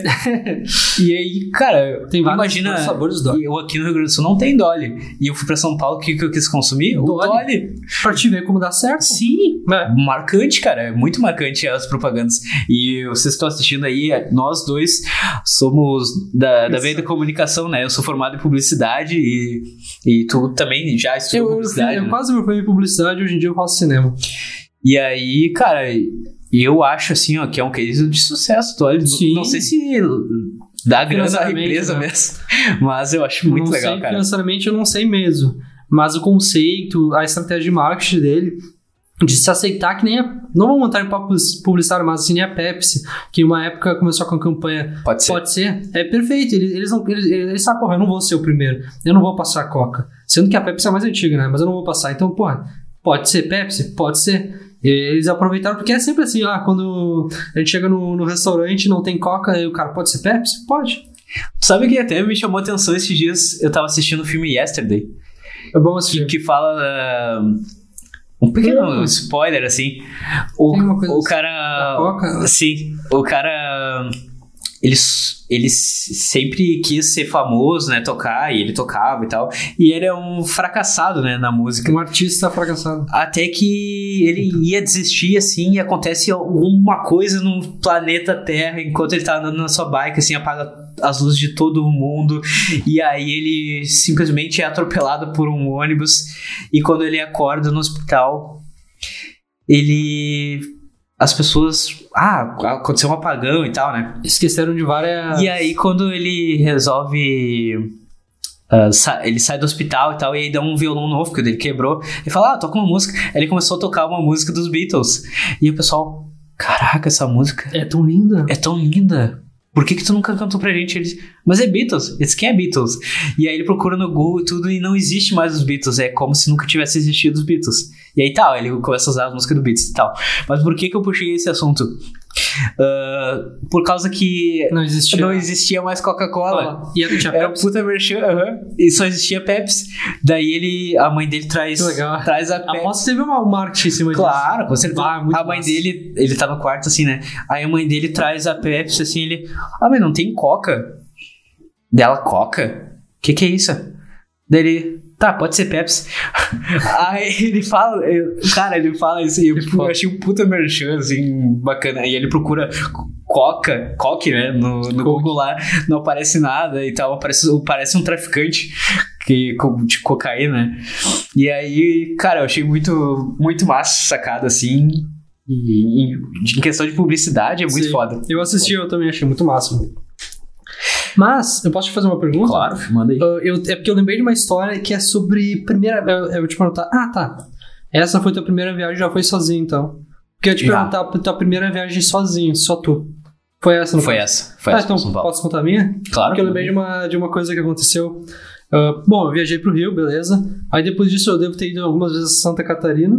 E aí, cara, Tem vários imagina... sabores do Dolly. Eu aqui no Rio Grande do Sul não tem Dolly. E eu fui pra São Paulo, o que, que eu quis consumir? O Dolly. Dolly. Pra te ver como dá certo. Sim. É. Marcante, cara. É muito marcante as propagandas. E vocês estão assistindo aí, nós dois somos da, da veia da comunicação, né? Eu sou formado em publicidade e, e tu também já estudou Eu, eu, publicidade, eu né? quase me formei em publicidade, hoje em dia eu faço cinema. E aí, cara, eu acho assim, ó, que é um case de sucesso, Dolly. Sim. Não sei se dá grana à Financeiramente, empresa né? mesmo, mas eu acho muito não legal, sei, cara. financeiramente eu não sei mesmo. Mas o conceito, a estratégia de marketing dele, de se aceitar que nem a... Não vamos montar em papo publicitário, mas assim, nem a Pepsi, que em uma época começou com a campanha Pode ser. Pode ser. É perfeito. Eles, eles não. Eles, eles sabem, porra, eu não vou ser o primeiro. Eu não vou passar a Coca. Sendo que a Pepsi é a mais antiga, né? Mas eu não vou passar. Então, porra, pode ser Pepsi? Pode ser. E eles aproveitaram, porque é sempre assim, ah, quando a gente chega no, no restaurante e não tem Coca, e o cara, pode ser Pepsi? Pode. Sabe que até me chamou a atenção esses dias? Eu tava assistindo o filme Yesterday, É bom que, assistir. que fala... ah, um pequeno Hum. spoiler, assim. O, Tem uma coisa o assim, cara... da Coca? Sim. O cara... Ele, ele sempre quis ser famoso, né? Tocar, e ele tocava e tal. E ele é um fracassado, né? Na música. Um artista fracassado. Até que ele ia desistir, assim, e acontece alguma coisa no planeta Terra enquanto ele tá andando na sua bike, assim, apaga as luzes de todo mundo, e aí ele simplesmente é atropelado por um ônibus, e quando ele acorda no hospital, ele... As pessoas... Ah, aconteceu um apagão e tal, né? Esqueceram de várias... E aí, quando ele resolve... Uh, sa- ele sai do hospital e tal, e aí dá um violão novo, porque ele quebrou. Ele fala, ah, toca uma música. Aí ele começou a tocar uma música dos Beatles. E o pessoal, caraca, essa música É tão linda. é tão linda. Por que que tu nunca cantou pra gente? Ele, mas é Beatles. Eles, quem é Beatles? E aí ele procura no Google e tudo, e não existe mais os Beatles. É como se nunca tivesse existido os Beatles. E aí tal, ele começa a usar as músicas do Beatles e tal. Mas por que que eu puxei esse assunto? Uh, por causa que Não existia. não existia mais Coca-Cola. E era, tinha Era um Pepsi. puta merchan, aham. E só existia Pepsi. Daí ele, a mãe dele traz, Que legal. traz a Pepsi. Aposto que teve uma marketing em cima disso. Claro, com certeza. Ah, muito a mãe massa. dele, ele tá no quarto assim, né? Aí a mãe dele traz a Pepsi assim, ele... Ah, mas não tem Coca? Dela, Coca? Que que é isso? Daí ele... Tá, pode ser Pepsi. Aí ele fala... eu- cara, ele fala isso e eu, Que eu foda. achei um puta merchan, assim, bacana. Aí ele procura Coca, Coque, né? No, no Google lá, não aparece nada e tal. Aparece, parece um traficante que, de cocaína, né? E aí, cara, eu achei muito, muito massa essa sacada, assim. E, e em questão de publicidade é muito Sim. foda. Eu assisti, eu também achei muito massa. Mas, eu posso te fazer uma pergunta? Claro, manda aí. Uh, eu, é porque eu lembrei de uma história que é sobre primeira... Eu, eu vou te perguntar... Ah, tá. Essa foi tua primeira viagem, já foi sozinho, então. Porque eu ia te Já. perguntar tua primeira viagem sozinho, só tu. Foi essa, não Foi essa. Foi Ah, essa então pra São Paulo. posso contar a minha? Claro. Porque eu lembrei de uma, de uma coisa que aconteceu. Uh, bom, eu viajei pro Rio, beleza. Aí depois disso eu devo ter ido algumas vezes a Santa Catarina.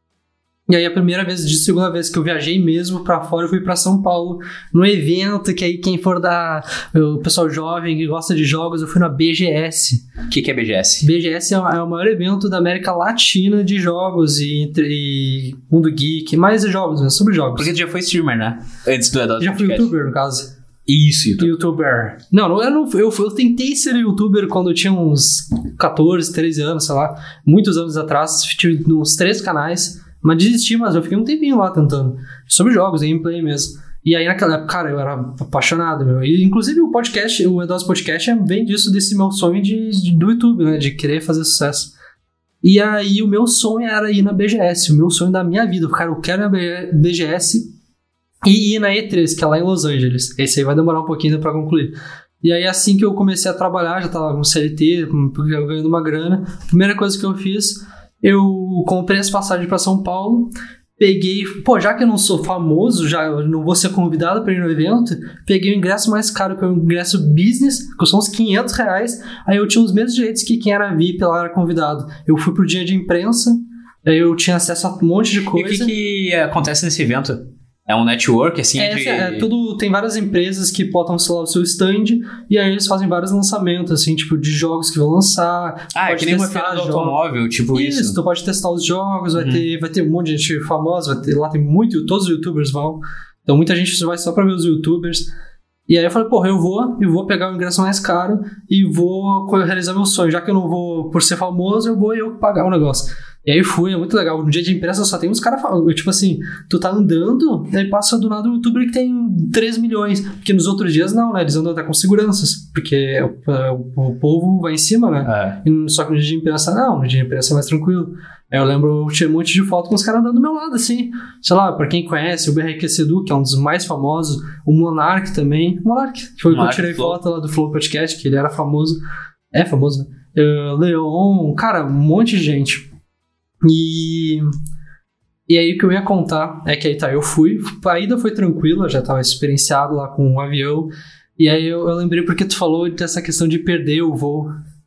E aí a primeira vez, de segunda vez que eu viajei mesmo pra fora, eu fui pra São Paulo, num evento que aí quem for da... O pessoal jovem que gosta de jogos, eu fui na B G S. O que, que é B G S? B G S é o, é o maior evento da América Latina de jogos e, entre- e mundo geek, mais de jogos, né? Sobre jogos. Porque tu já foi streamer, né? Antes do Eduardo Já fui Podcast. youtuber, no caso. Isso, YouTube. Youtuber. Não, não, eu, não eu, eu tentei ser youtuber quando eu tinha uns catorze, treze anos, sei lá. Muitos anos atrás. Tive uns três canais. Mas desisti, mas eu fiquei um tempinho lá tentando. Sobre jogos, gameplay mesmo. E aí naquela época, cara, eu era apaixonado, meu. E inclusive o podcast, o Edos Podcast vem disso, desse meu sonho de, de- do YouTube, né? De querer fazer sucesso. E aí o meu sonho era ir na B G S. O meu sonho da minha vida. Cara, eu quero ir na B G S e ir na E três, que é lá em Los Angeles. Esse aí vai demorar um pouquinho ainda pra concluir. E aí assim que eu comecei a trabalhar, já tava com C L T, com- ganhando uma grana. A primeira coisa que eu fiz, eu comprei as passagens pra São Paulo, peguei, pô, já que eu não sou famoso, já eu não vou ser convidado pra ir no evento, peguei o ingresso mais caro, que é o ingresso business, que são uns quinhentos reais, aí eu tinha os mesmos direitos que quem era V I P lá era convidado. Eu fui pro dia de imprensa, aí eu tinha acesso a um monte de E o coisa. que, que acontece nesse evento? É um network, assim, É, de... é, tudo, tem várias empresas que botam, sei lá, o seu stand e aí eles fazem vários lançamentos, assim, tipo, de jogos que vão lançar. Ah, é pode que nem uma testar feira do jogos. automóvel, tipo isso. Isso, tu pode testar os jogos, vai, Uhum. ter, vai ter um monte de gente famosa, vai ter, lá tem muito, todos os youtubers vão. Então muita gente vai só pra ver os youtubers. E aí eu falei, porra, eu vou, eu vou pegar o ingresso mais caro e vou realizar meu sonho. Já que eu não vou, por ser famoso, eu vou eu pagar o negócio. E aí fui, é muito legal. No dia de imprensa só tem uns caras falando, tipo assim, tu tá andando, aí passa do nada um youtuber que tem três milhões. Porque nos outros dias não, né? Eles andam até com seguranças. Porque o, o, o povo vai em cima, né? É. E só que no dia de imprensa não, no dia de imprensa é mais tranquilo. Aí eu lembro, eu tinha um monte de foto com os caras andando do meu lado, assim. Sei lá, pra quem conhece, o B R Q Sedu, que é um dos mais famosos, o Monark também. O Monark, que foi o que eu Monark tirei Flow. foto lá do Flow Podcast, que ele era famoso. É famoso, né? Uh, Leon, cara, um monte de gente. E... E aí o que eu ia contar é que aí tá, eu fui, a ida foi tranquila, já tava experienciado lá com um avião. E aí eu, eu lembrei porque tu falou dessa questão de perder o voo.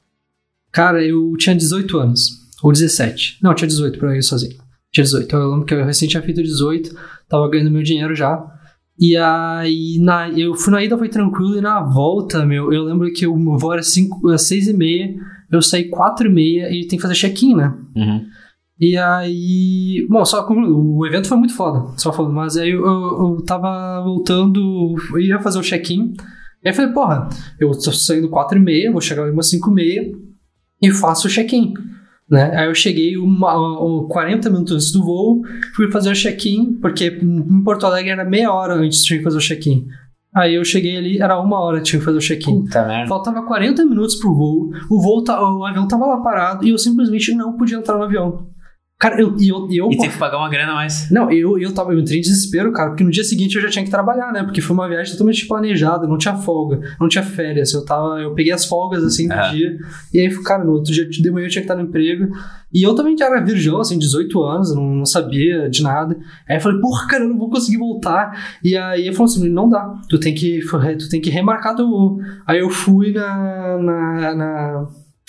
Cara, eu tinha dezoito anos. Ou dezessete. Não, eu tinha dezoito pra ir sozinho. Tinha dezoito. Eu lembro que eu recém tinha feito dezoito. Tava ganhando meu dinheiro já. E aí, na, eu fui na ida, foi tranquilo. E na volta, meu, eu lembro que o meu voo era seis e meia. Eu saí quatro e meia e tem que fazer check-in, né? Uhum. E aí... Bom, só o evento foi muito foda. Só falando. Mas aí eu, eu, eu tava voltando... Eu ia fazer o check-in. Aí eu falei, porra, eu tô saindo quatro e meia. Vou chegar umas cinco e meia. E faço o check-in. Né? Aí eu cheguei uma, uma, quarenta minutos antes do voo, fui fazer o check-in, porque em Porto Alegre era meia hora antes de fazer o check-in. Aí eu cheguei ali, era uma hora que tinha que fazer o check-in. Puta merda. Faltava quarenta minutos pro voo, o, voo tá, o avião tava lá parado e eu simplesmente não podia entrar no avião. Cara, eu... E eu, e eu E tem que pagar uma grana a mais. Não, eu, eu, tava, eu entrei em desespero, cara, porque no dia seguinte eu já tinha que trabalhar, né? Porque foi uma viagem totalmente planejada, não tinha folga, não tinha férias. Eu tava, eu peguei as folgas, assim, do Uhum. dia. E aí, cara, no outro dia de manhã eu tinha que estar no emprego. E eu também já era virgão, assim, dezoito anos, não, não sabia de nada. Aí eu falei, porra, cara, eu não vou conseguir voltar. E aí ele falou assim, não dá, tu tem que, tu tem que remarcar teu voo. Aí eu fui na... na, na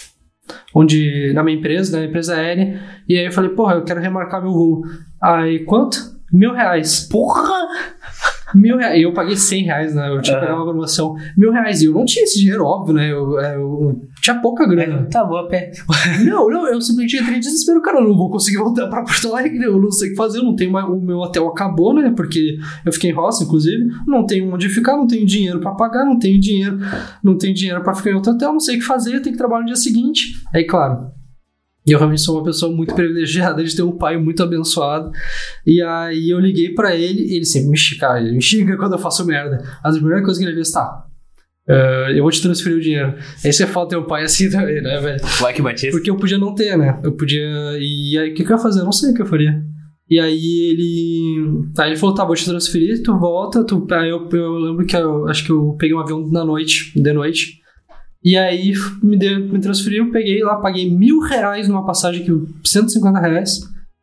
onde, na minha empresa, na empresa aérea, e aí eu falei, porra, eu quero remarcar meu voo. Aí, quanto? Mil reais. Porra! Mil reais. E eu paguei cem reais, né? Eu tinha que pegar uma promoção. Mil reais. E eu não tinha esse dinheiro, óbvio, né? Eu, eu, eu tinha pouca grana. É, tá bom, a pé. Não, não, eu simplesmente entrei em desespero, cara. Eu não vou conseguir voltar pra Porto Alegre. Eu não sei o que fazer. Eu não tenho mais. O meu hotel acabou, né? Porque eu fiquei em roça, inclusive. Não tenho onde ficar, não tenho dinheiro pra pagar, não tenho dinheiro. Não tenho dinheiro pra ficar em outro hotel, não sei o que fazer. Eu tenho que trabalhar no dia seguinte. Aí, claro. E eu realmente sou uma pessoa muito privilegiada de ter um pai muito abençoado. E aí eu liguei pra ele e ele sempre me xinga, ele me xinga quando eu faço merda. Mas a primeira coisa que ele fez, tá, uh, eu vou te transferir o dinheiro. Aí você fala ter um pai assim também, né, velho? Vai que batista. Porque eu podia não ter, né? Eu podia... E aí o que, que eu ia fazer? Eu não sei o que eu faria. E aí ele... Aí ele falou, tá, vou te transferir, tu volta. Tu... Aí eu, eu lembro que eu acho que eu peguei um avião na noite, de noite. E aí me, deu, me transferiu, peguei lá, paguei mil reais numa passagem que cento e cinquenta reais,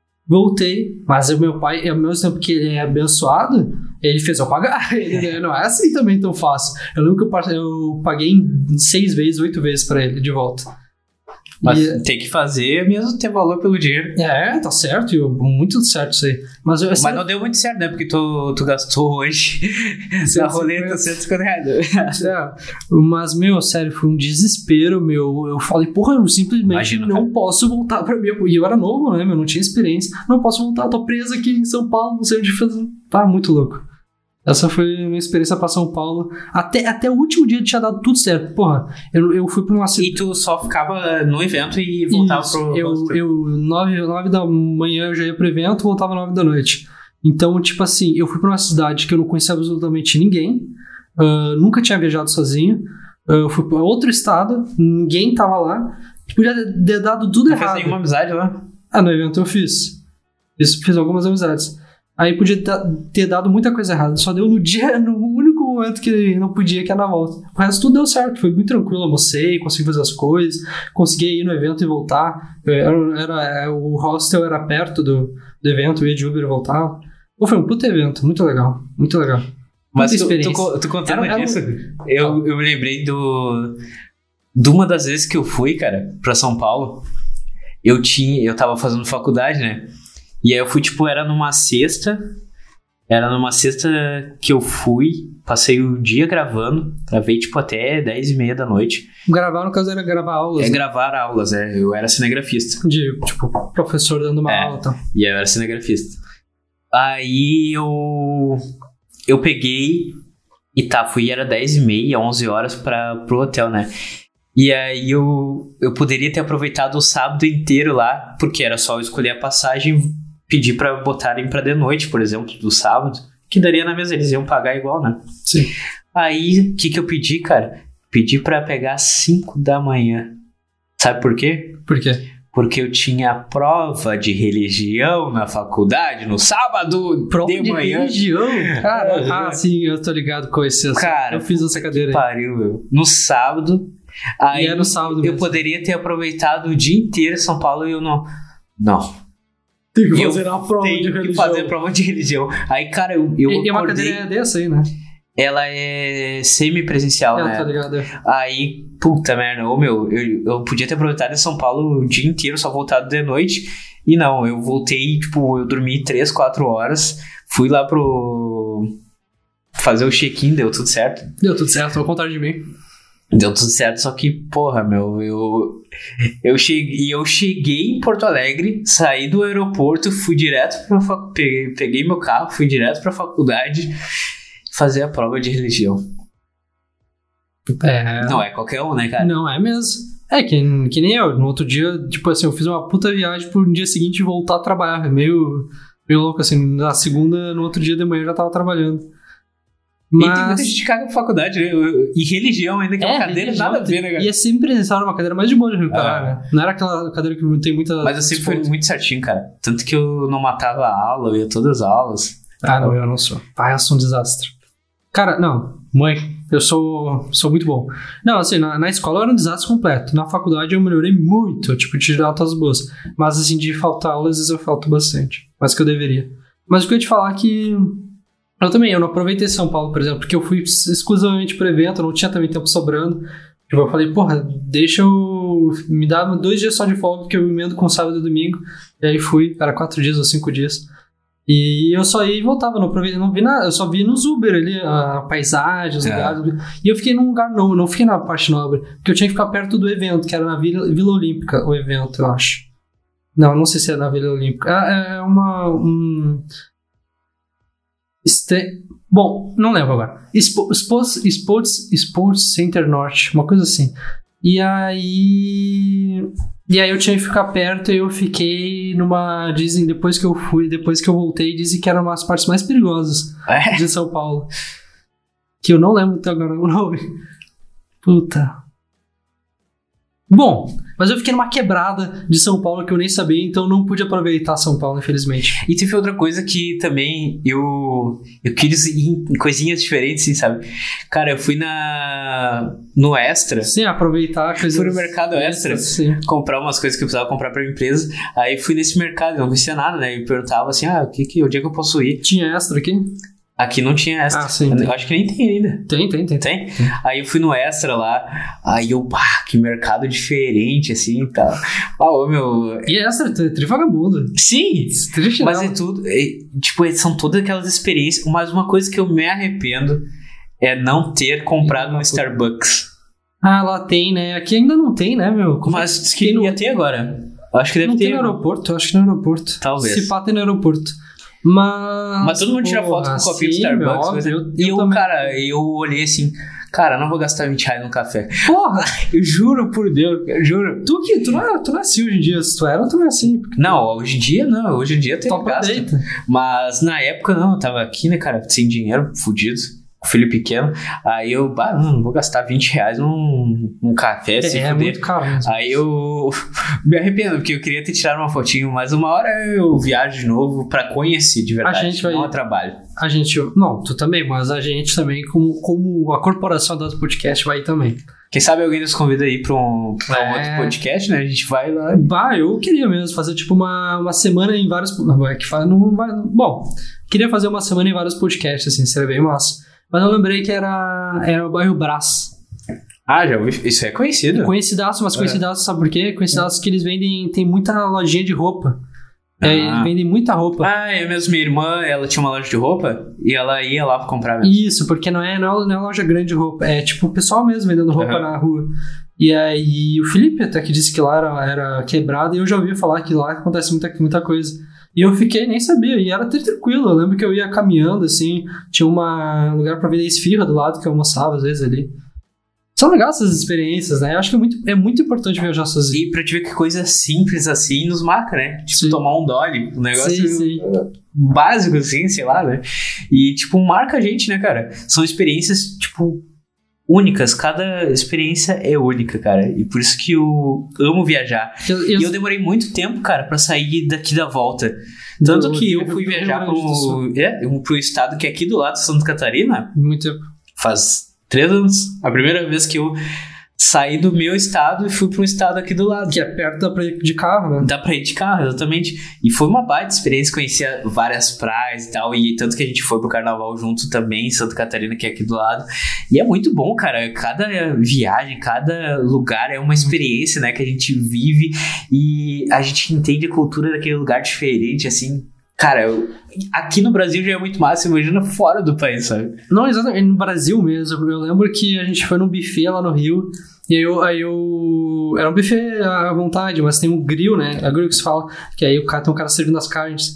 voltei, mas o meu pai, ao mesmo tempo que ele é abençoado, ele fez eu pagar, ele, não é assim também tão fácil. Eu lembro que eu, eu paguei em seis vezes, oito vezes pra ele de volta. Mas e, tem que fazer mesmo ter valor pelo dinheiro. É, tá certo, eu, muito certo isso aí. Mas, eu, Mas não deu muito certo, né? Porque tu, tu gastou hoje na roleta cento e cinquenta reais. É, mas, meu, sério, foi um desespero, meu. Eu falei, porra, eu simplesmente Imagina, não cara. posso voltar pra minha... E eu era novo, né, meu? Não tinha experiência. Não posso voltar, tô preso aqui em São Paulo, não sei onde fazer. Tá muito louco. Essa foi a minha experiência pra São Paulo. Até, até o último dia tinha dado tudo certo. Porra, eu, eu fui pra uma... E tu só ficava no evento e voltava Isso, pro... Eu, eu nove, nove da manhã eu já ia pro evento, voltava nove da noite. Então, tipo assim, eu fui pra uma cidade que eu não conhecia absolutamente ninguém. Uh, nunca tinha viajado sozinho. Uh, eu fui pra outro estado, ninguém tava lá. Podia ter dado tudo não errado. Não fez nenhuma amizade lá? Ah, no evento eu fiz. Fiz, fiz algumas amizades. Aí podia ter dado muita coisa errada. Só deu no dia, no único momento que não podia, que era na volta. O resto tudo deu certo. Foi muito tranquilo. Almocei, consegui fazer as coisas. Consegui ir no evento e voltar. Era, era, o hostel era perto do, do evento. Eu ia de Uber e voltava. Pô, foi um puto evento. Muito legal. Muito legal. Mas tu, tu, tu contando era, disso, era... eu, eu me lembrei do... De uma das vezes que eu fui, cara, pra São Paulo. Eu tinha... Eu tava fazendo faculdade, né? E aí eu fui, tipo, era numa sexta, era numa sexta que eu fui, passei o dia gravando, gravei, tipo, até dez e meia da noite. Gravar, no caso, era gravar aulas? É, né? gravar aulas, é, eu era cinegrafista. De, tipo, professor dando uma é, aula e tal. E eu era cinegrafista. Aí eu, eu peguei e tá, fui, era dez e meia, onze horas pra, pro hotel, né? E aí eu, eu poderia ter aproveitado o sábado inteiro lá, porque era só eu escolher a passagem, pedir pra botarem pra de noite, por exemplo, do sábado, que daria na mesa, eles iam pagar igual, né? Sim. Aí, o que que eu pedi, cara? Pedi pra pegar às cinco da manhã. Sabe por quê? Por quê? Porque eu tinha prova de religião na faculdade no sábado prova de, de manhã. religião? Cara, ah, sim, eu tô ligado com esse. Cara, eu fiz essa cadeira aí. Pariu, meu. No sábado... Aí e era no sábado eu mesmo. poderia ter aproveitado o dia inteiro em São Paulo e eu não... Não. Tem que fazer eu uma prova de religião. Tenho que fazer prova de religião. Aí, cara, eu, eu E, e uma acordei... cadeira dessa aí, né? Ela é semi-presencial, é, né? Tá ligado. Aí, puta merda, ô meu, eu, eu podia ter aproveitado em São Paulo o dia inteiro, só voltado de noite. E não, eu voltei, tipo, eu dormi três, quatro horas, fui lá pro... fazer o check-in, deu tudo certo. Deu tudo certo, ao contrário de mim. Deu tudo certo, só que, porra, meu, eu... Eu cheguei, eu cheguei em Porto Alegre, saí do aeroporto, fui direto pra... Peguei, peguei meu carro, fui direto pra faculdade fazer a prova de religião. É... Não é qualquer um, né, cara? Não é mesmo. É, que, que nem eu. No outro dia, tipo assim, eu fiz uma puta viagem pro dia seguinte voltar a trabalhar. Meio, meio louco, assim. Na segunda, no outro dia de manhã eu já tava trabalhando. Mas... E tem muita gente que caga pra faculdade, né? E religião ainda, que é uma é, cadeira nada a ver, né, cara? E é sempre presencial, uma cadeira mais de boa de recuperar, ah. né? Não era aquela cadeira que tem muita... Mas eu sempre fui muito certinho, cara. Tanto que eu não matava a aula, eu ia todas as aulas. Ah, não, eu não sou. Pai, eu sou um desastre. Cara, não. Mãe, eu sou, sou muito bom. Não, assim, na, na escola eu era um desastre completo. Na faculdade eu melhorei muito, tipo, de tirar notas boas. Mas, assim, de faltar aulas, às vezes eu falto bastante. Mais que eu deveria. Mas eu queria te falar que... Eu também, eu não aproveitei São Paulo, por exemplo, porque eu fui exclusivamente pro evento, eu não tinha também tempo sobrando. Tipo, eu falei, porra, deixa eu... Me dar dois dias só de folga, que eu emendo com sábado e domingo. E aí fui, era quatro dias ou cinco dias. E eu só ia e voltava, não, aproveitei, não vi nada, eu só vi nos Uber ali, a paisagem, os É. lugares. E eu fiquei num lugar, não, não fiquei na parte nobre, porque eu tinha que ficar perto do evento, que era na Vila, Vila Olímpica, o evento, eu acho. Não, não sei se é na Vila Olímpica. É, é uma... Um... Este... Bom, não lembro agora. Expo, Sports, Sports, Sports Center Norte, uma coisa assim. E aí... E aí eu tinha que ficar perto e eu fiquei numa... Dizem, depois que eu fui, depois que eu voltei, dizem que eram umas partes mais perigosas É? de São Paulo. Que eu não lembro até agora o nome. Puta. Bom, mas eu fiquei numa quebrada de São Paulo que eu nem sabia, então não pude aproveitar São Paulo, infelizmente. E teve outra coisa que também eu, eu quis ir em coisinhas diferentes, assim, sabe? Cara, eu fui na no Extra, Sim, aproveitar coisas... fui no mercado Extra, Sim. comprar umas coisas que eu precisava comprar pra empresa. Aí fui nesse mercado, não conhecia nada, né? E perguntava assim, ah, o que que, onde é que eu posso ir? Tinha Extra aqui? Aqui não tinha Extra. Ah, sim, Eu tem. acho que nem tem ainda. Tem, tem, tem. Tem? Aí eu fui no Extra lá, aí eu, pá, que mercado diferente, assim, e tal. Ah, ô, meu... E Extra, tri tri vagabundo. Sim! Triste Mas não. é tudo, é, tipo, são todas aquelas experiências, mas uma coisa que eu me arrependo é não ter comprado um Starbucks. Ah, lá tem, né? Aqui ainda não tem, né, meu? Como Mas diz que tem no- ia ter agora. Acho que deve Não ter. tem no aeroporto? Eu acho que no aeroporto. Talvez. Se pá, tem no aeroporto. Mas... Mas todo mundo tira foto com um copinho de sim, Starbucks. óbvio, mas- eu- e eu eu, também. cara, eu olhei assim, cara, não vou gastar vinte reais num café. Porra! Eu juro por Deus, eu juro. Tu que tu não, é, tu não é assim hoje em dia. Se tu era, tu não é assim. Porque Não, hoje em dia não, hoje em dia tem topa gasto. deita. Mas na época não, eu tava aqui, né, cara, sem dinheiro, fudido, com filho pequeno. Aí eu, bah, não, não vou gastar vinte reais num, num café, se É, é fuder. muito caro mesmo. Aí eu me arrependo, porque eu queria ter tirado uma fotinho, mas uma hora eu viajo de novo pra conhecer de verdade, A gente vai- não a trabalho. A gente... Não, tu também, mas a gente também, como, como a corporação do podcast, vai também. Quem sabe alguém nos convida aí pra um, pra um É. outro podcast, né? A gente vai lá. Bah, eu queria mesmo fazer tipo uma, uma semana em vários... Não, é que faz, não vai, bom, queria fazer uma semana em vários podcasts, assim, seria bem massa. Mas eu lembrei que era, era o bairro Brás. Ah, já ouvi. Isso é conhecido. Conhecidaço, mas É. conhecidaço, sabe por quê? Conhecidaço que eles vendem... Tem muita lojinha de roupa. É, Ah. eles vendem muita roupa. Ah, é mesmo. Minha irmã, ela tinha uma loja de roupa e ela ia lá pra comprar mesmo. Isso, porque não é, não é, não é loja grande de roupa. É tipo o pessoal mesmo vendendo roupa Aham. na rua. E aí o Felipe até que disse que lá era, era quebrado. E eu já ouvi falar que lá acontece muita, muita coisa. E eu fiquei, nem sabia. E era até tranquilo. Eu lembro que eu ia caminhando assim. Tinha uma, um lugar pra vender esfirra do lado que eu almoçava às vezes ali. São legais essas experiências, né? Eu acho que é muito, é muito importante viajar sozinho. E pra te ver que coisa simples assim nos marca, né? Tipo, Sim. tomar um Dolly. Um negócio Sim, sim. básico, assim, sei lá, né? E, tipo, marca a gente, né, cara? São experiências, tipo, únicas. Cada experiência é única, cara. E por isso que eu amo viajar. Eu, E eu demorei muito tempo, cara, pra sair daqui da volta. Tanto Do- que eu do- fui do Rio viajar Grande do Sul. pro, é, pro estado que é aqui do lado, Santa Catarina, Muito tempo. faz três anos. A primeira vez que eu saí do meu estado e fui para um estado aqui do lado. Que é perto da praia de carro, né? Dá pra ir de carro, exatamente. E foi uma baita experiência, conhecer várias praias e tal. E tanto que a gente foi pro carnaval junto também, em Santa Catarina, que é aqui do lado. E é muito bom, cara. Cada viagem, cada lugar é uma experiência, né? Que a gente vive e a gente entende a cultura daquele lugar diferente, assim. Cara, eu, aqui no Brasil já é muito massa, imagina fora do país, sabe? Não, exatamente, no Brasil mesmo. Eu lembro que a gente foi num buffet lá no Rio, e aí eu, aí eu... Era um buffet à vontade, mas tem um grill, né? É grill que se fala, que aí o cara, tem um cara servindo as carnes.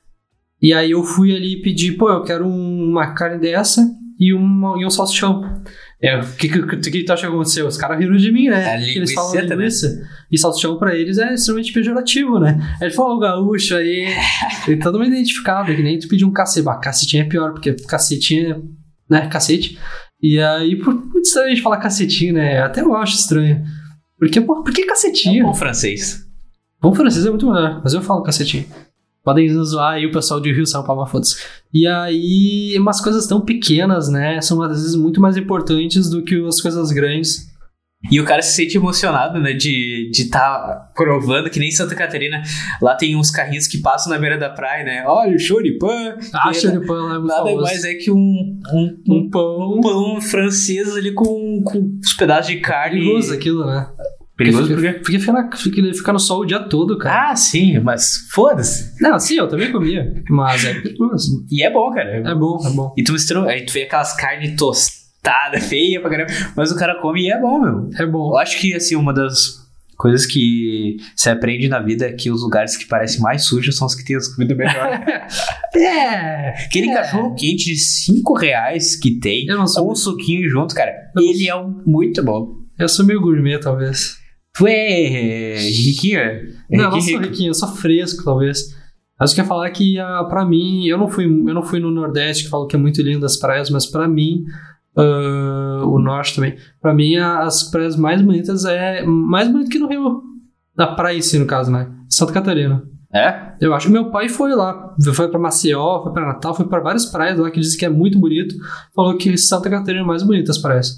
E aí eu fui ali e pedi, pô, eu quero um- uma carne dessa e, uma, e um salsichão. É, o que, que, que, que tu acha que aconteceu? Os caras riram de mim, né? É Que eles falam linguiceta, né? linguiça. E salsichão pra eles é extremamente pejorativo, né? Aí ele falou, o gaúcho aí, ele todo mundo identificado, que nem tu pedir um cacete. Bah, cacetinho é pior, porque cacetinho é, né, cacete. E aí, por muito estranho a gente falar cacetinho, né? Até eu acho estranho. Porque, pô, por que É um cacetinho? bom francês. Bom francês é muito melhor, mas eu falo cacetinho. Podem nos zoar aí o pessoal de Rio, São Paulo, foda-se. E aí, umas coisas tão pequenas, né? São às vezes muito mais importantes do que as coisas grandes. E o cara se sente emocionado, né, de estar de tá provando, que nem em Santa Catarina, lá tem uns carrinhos que passam na beira da praia, né, olha o choripan, Ah, que choripan lá é muito nada famoso. mais é que um, um, um, Um pão um pão francês ali com, com os pedaços de carne. perigoso aquilo, né? Perigoso Porque por quê? fica, fica, fica, fica, fica no sol o dia todo, cara. Ah, sim, mas foda-se. Não, sim, eu também comia. Mas é perigoso. E é bom, cara. É bom, é bom. E tu mistura, aí tu vê aquelas carnes tostadas, feias pra caramba, mas o cara come e é bom, meu. É bom. Eu acho que, assim, uma das coisas que se aprende na vida é que os lugares que parecem mais sujos são os que têm as comidas melhores. É. Aquele é. cachorro quente de cinco reais que tem, Eu não sou com um muito- suquinho junto, cara, Eu não ele é um muito bom. Eu sou meio gourmet, talvez. Tu é riquinho? É Não, eu não riquinho, sou rico. riquinho, eu sou fresco, talvez. Mas eu queria falar que, uh, pra mim, eu não, fui, eu não fui no Nordeste, que falo que é muito lindo as praias, mas pra mim, uh, o Norte também, pra mim, a- as praias mais bonitas é mais bonito que no Rio. Na praia em si, no caso, né? Santa Catarina. É? Eu acho que meu pai foi lá, foi pra Maceió, foi pra Natal, foi pra várias praias lá que dizem que é muito bonito. Falou que Santa Catarina é mais bonita as praias.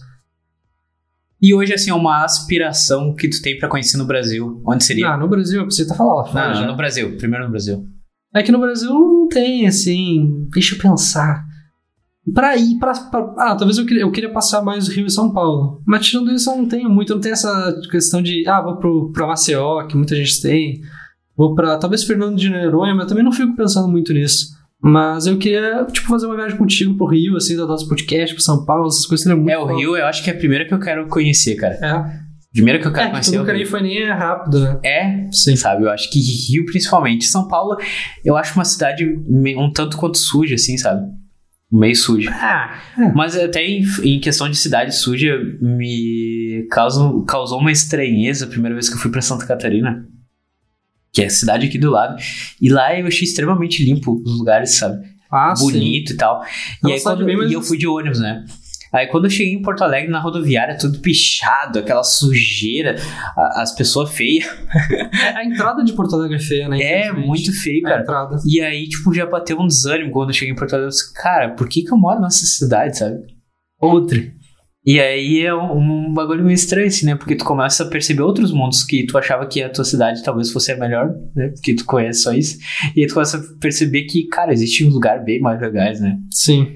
E hoje, assim, é uma aspiração que tu tem pra conhecer no Brasil. Onde seria? Ah, no Brasil, eu preciso falar lá fora não, já. não, no Brasil. Primeiro no Brasil. É que no Brasil não tem, assim. Deixa eu pensar. Pra ir, pra. pra- ah, talvez eu queria, eu queria passar mais Rio e São Paulo. Mas tirando isso, eu não tenho muito. Não tem essa questão de. Ah, vou pro, pra Maceió, que muita gente tem. Vou pra. Talvez Fernando de Noronha, mas eu também não fico pensando muito nisso. Mas eu queria, tipo, fazer uma viagem contigo pro Rio, assim, do nosso podcast, pro São Paulo, essas coisas seriam muito. É, o foda. Rio eu acho que é a primeira que eu quero conhecer, cara. É. Primeira que eu quero É, que tu conhecer é o nunca Rio. nem foi nem é rápido, né? É, Sim. sabe? Eu acho que Rio, principalmente. São Paulo, eu acho uma cidade me- um tanto quanto suja, assim, sabe? Meio suja. Ah, Mas até em, em questão de cidade suja, me causou, causou uma estranheza a primeira vez que eu fui pra Santa Catarina. Que é a cidade aqui do lado. E lá eu achei extremamente limpo os lugares, sabe? ah Bonito e tal. É E uma aí cidade quando, bem mais- e eu fui de ônibus, né? Aí quando eu cheguei em Porto Alegre, na rodoviária, tudo pichado, aquela sujeira, a- as pessoas feias. sim. A entrada de Porto Alegre é feia, né? É, Infelizmente. muito feio, É a cara. entrada. E aí, tipo, já bateu um desânimo quando eu cheguei em Porto Alegre. Eu disse, cara, por que que eu moro nessa cidade, sabe? Outra. E aí é um, um bagulho meio estranho, assim, né? Porque tu começa a perceber outros mundos que tu achava que a tua cidade talvez fosse a melhor, né? Porque tu conhece só isso. E aí tu começa a perceber que, cara, existe um lugar bem mais legais, né? Sim.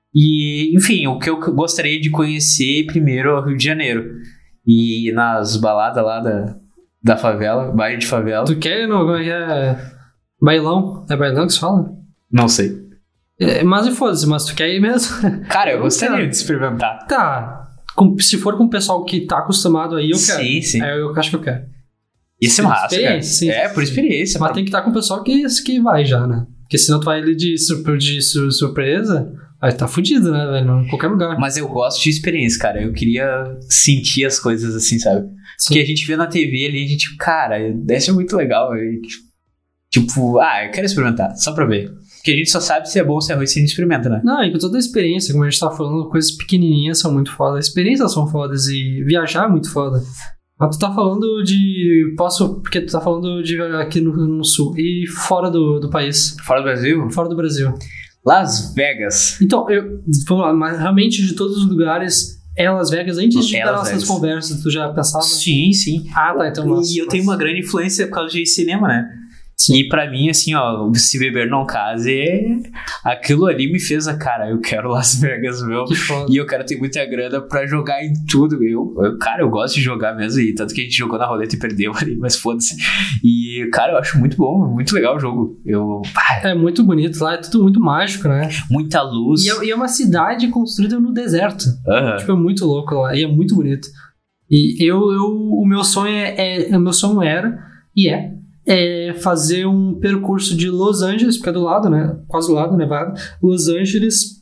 E, enfim, o que eu gostaria de conhecer primeiro é o Rio de Janeiro. E nas baladas lá da, da favela, bairro de favela. Tu quer ir no. Como é que é? Bailão? É bailão que se fala? Não sei. É, mas e foda-se, mas tu quer ir mesmo? Cara, eu Eu gostaria quero. de experimentar. Tá. Com- se for com o pessoal que tá acostumado aí, eu quero. Sim, sim. É, eu acho que eu quero. Isso é Por massa, cara. experiência, sim. É, por experiência. Mas tem que estar com o pessoal que, que vai já, né? Porque senão tu vai ali de, surpre- de sur- surpresa, aí tá fudido, né, velho? Em qualquer lugar. Mas eu gosto de experiência, cara. Eu queria sentir as coisas assim, sabe? Sim. Porque a gente vê na T V ali, a gente, cara, deve ser muito legal. E, tipo, ah, eu quero experimentar, só pra ver. Porque a gente só sabe se é bom ou se é ruim se a gente experimenta, né? Não, e com toda a experiência, como a gente tá falando, coisas pequenininhas são muito fodas. Experiências são fodas e viajar é muito foda. Mas tu tá falando de... Posso... Porque tu tá falando de viajar aqui no, no sul e fora do, do país. Fora do Brasil, Fora do Brasil. Las Vegas. Então, eu... Vamos lá, mas realmente de todos os lugares... É Las Vegas, antes de É dar Las nossas Vegas. conversas, tu já pensava? Sim, sim. Ah, tá, então... E eu tenho uma grande influência por causa de cinema, né? Sim. E pra mim, assim, ó, Se Beber Não Case, aquilo ali me fez a cara, eu quero Las Vegas, meu. Que foda. E eu quero ter muita grana pra jogar em tudo. Eu, eu, cara, eu gosto de jogar mesmo. E tanto que a gente jogou na roleta e perdeu ali, mas foda-se. E, cara, eu acho muito bom, muito legal o jogo. Eu, pá, É muito bonito lá, é tudo muito mágico, né? muita luz. E é, e é uma cidade construída no deserto. Aham. Tipo, é muito louco lá, e é muito bonito. E eu, eu o meu sonho é, é- o meu sonho era, e é, é fazer um percurso de Los Angeles, porque é do lado, né? Quase do lado, Nevada. Los Angeles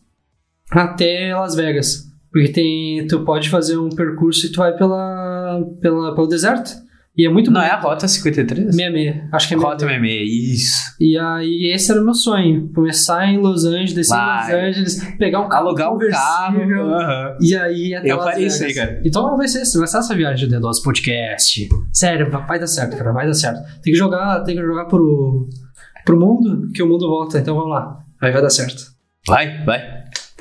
até Las Vegas. Porque tem, tu pode fazer um percurso e tu vai pela, pela, pelo deserto. E é muito Não bonito. é a Rota cinquenta e três? sessenta e seis, acho que é Rota sessenta e seis. sessenta e seis, isso. E aí, esse era o meu sonho. Começar em Los Angeles, descer Vai. em Los Angeles, pegar um carro Alugar um carro. conversível, Aham. e aí até Eu Las faria isso Vegas. aí, cara. Então vai ser, vai ser essa viagem do nosso podcast. Sério, vai dar certo, cara, vai dar certo. Tem que jogar, tem que jogar pro, pro mundo, que o mundo volta. Então vamos lá, aí vai dar certo. Vai, vai.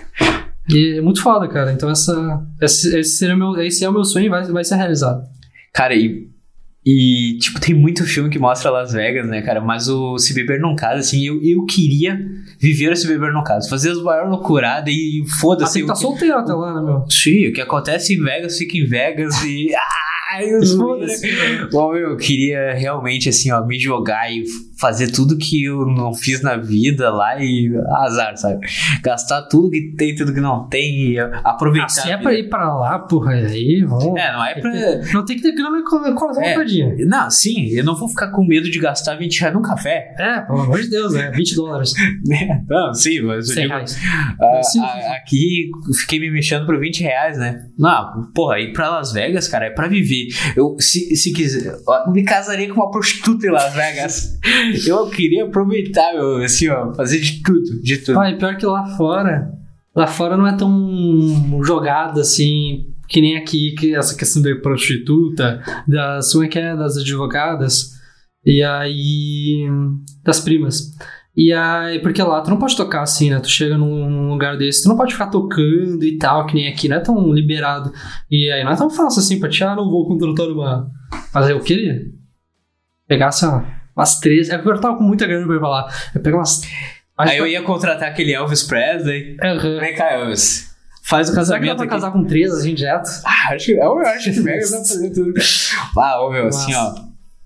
E é muito foda, cara. Então essa, esse, esse, seria o meu, esse é o meu sonho e vai, vai ser realizado. Cara, e, e, tipo, tem muito filme que mostra Las Vegas, né, cara? Mas o Se Beber Não Case, assim, eu, eu queria viver o Se Beber Não Case. Fazer as maiores loucuradas e Ah, foda-se. tem que o estar solteiro até lá, né, meu? Sim, o que acontece em Vegas fica em Vegas e... Ah, Ai, eu Bom, eu queria realmente, assim, ó, me jogar e fazer tudo que eu não fiz na vida lá e azar, sabe? Gastar tudo que tem, tudo que não tem e aproveitar. Ah, se é pra ir pra lá, porra, aí vamos. É, não é pra... Não tem que ter grana com a é, vontadinha. Não, sim, eu não vou ficar com medo de gastar vinte reais num café. É, pelo amor de Deus, né? vinte dólares. Não, sim, mas eu cem digo... reais. A, Sim, a, sim, sim. Aqui, fiquei me mexendo por vinte reais, né? Não, porra, ir pra Las Vegas, cara, é pra viver. Eu, se, se quiser, ó, me casaria com uma prostituta em Las Vegas. Eu queria aproveitar, meu, assim, ó, fazer de tudo, de tudo. Pai, pior que lá fora, lá fora não é tão jogado assim, que nem aqui, que essa questão da prostituta, das, como é que é, das advogadas, e aí, das primas. E aí, porque lá tu não pode tocar assim, né? Tu chega num lugar desse, tu não pode ficar tocando e tal, que nem aqui, não é tão liberado. E aí não é tão fácil assim pra ti, ah, não vou contratar uma... Mas eu queria pegar, sei lá, umas três... É que eu tava com muita grana pra ir pra lá. Eu pegar umas... Aí eu ia contratar aquele Elvis Presley. Uhum. Vem cá, Elvis. Faz o casamento. Será que dá pra aqui. casar com três, assim, direto? Ah, acho que, eu acho que Vegas dá pra fazer tudo. Ah, ô meu, Nossa. assim, ó.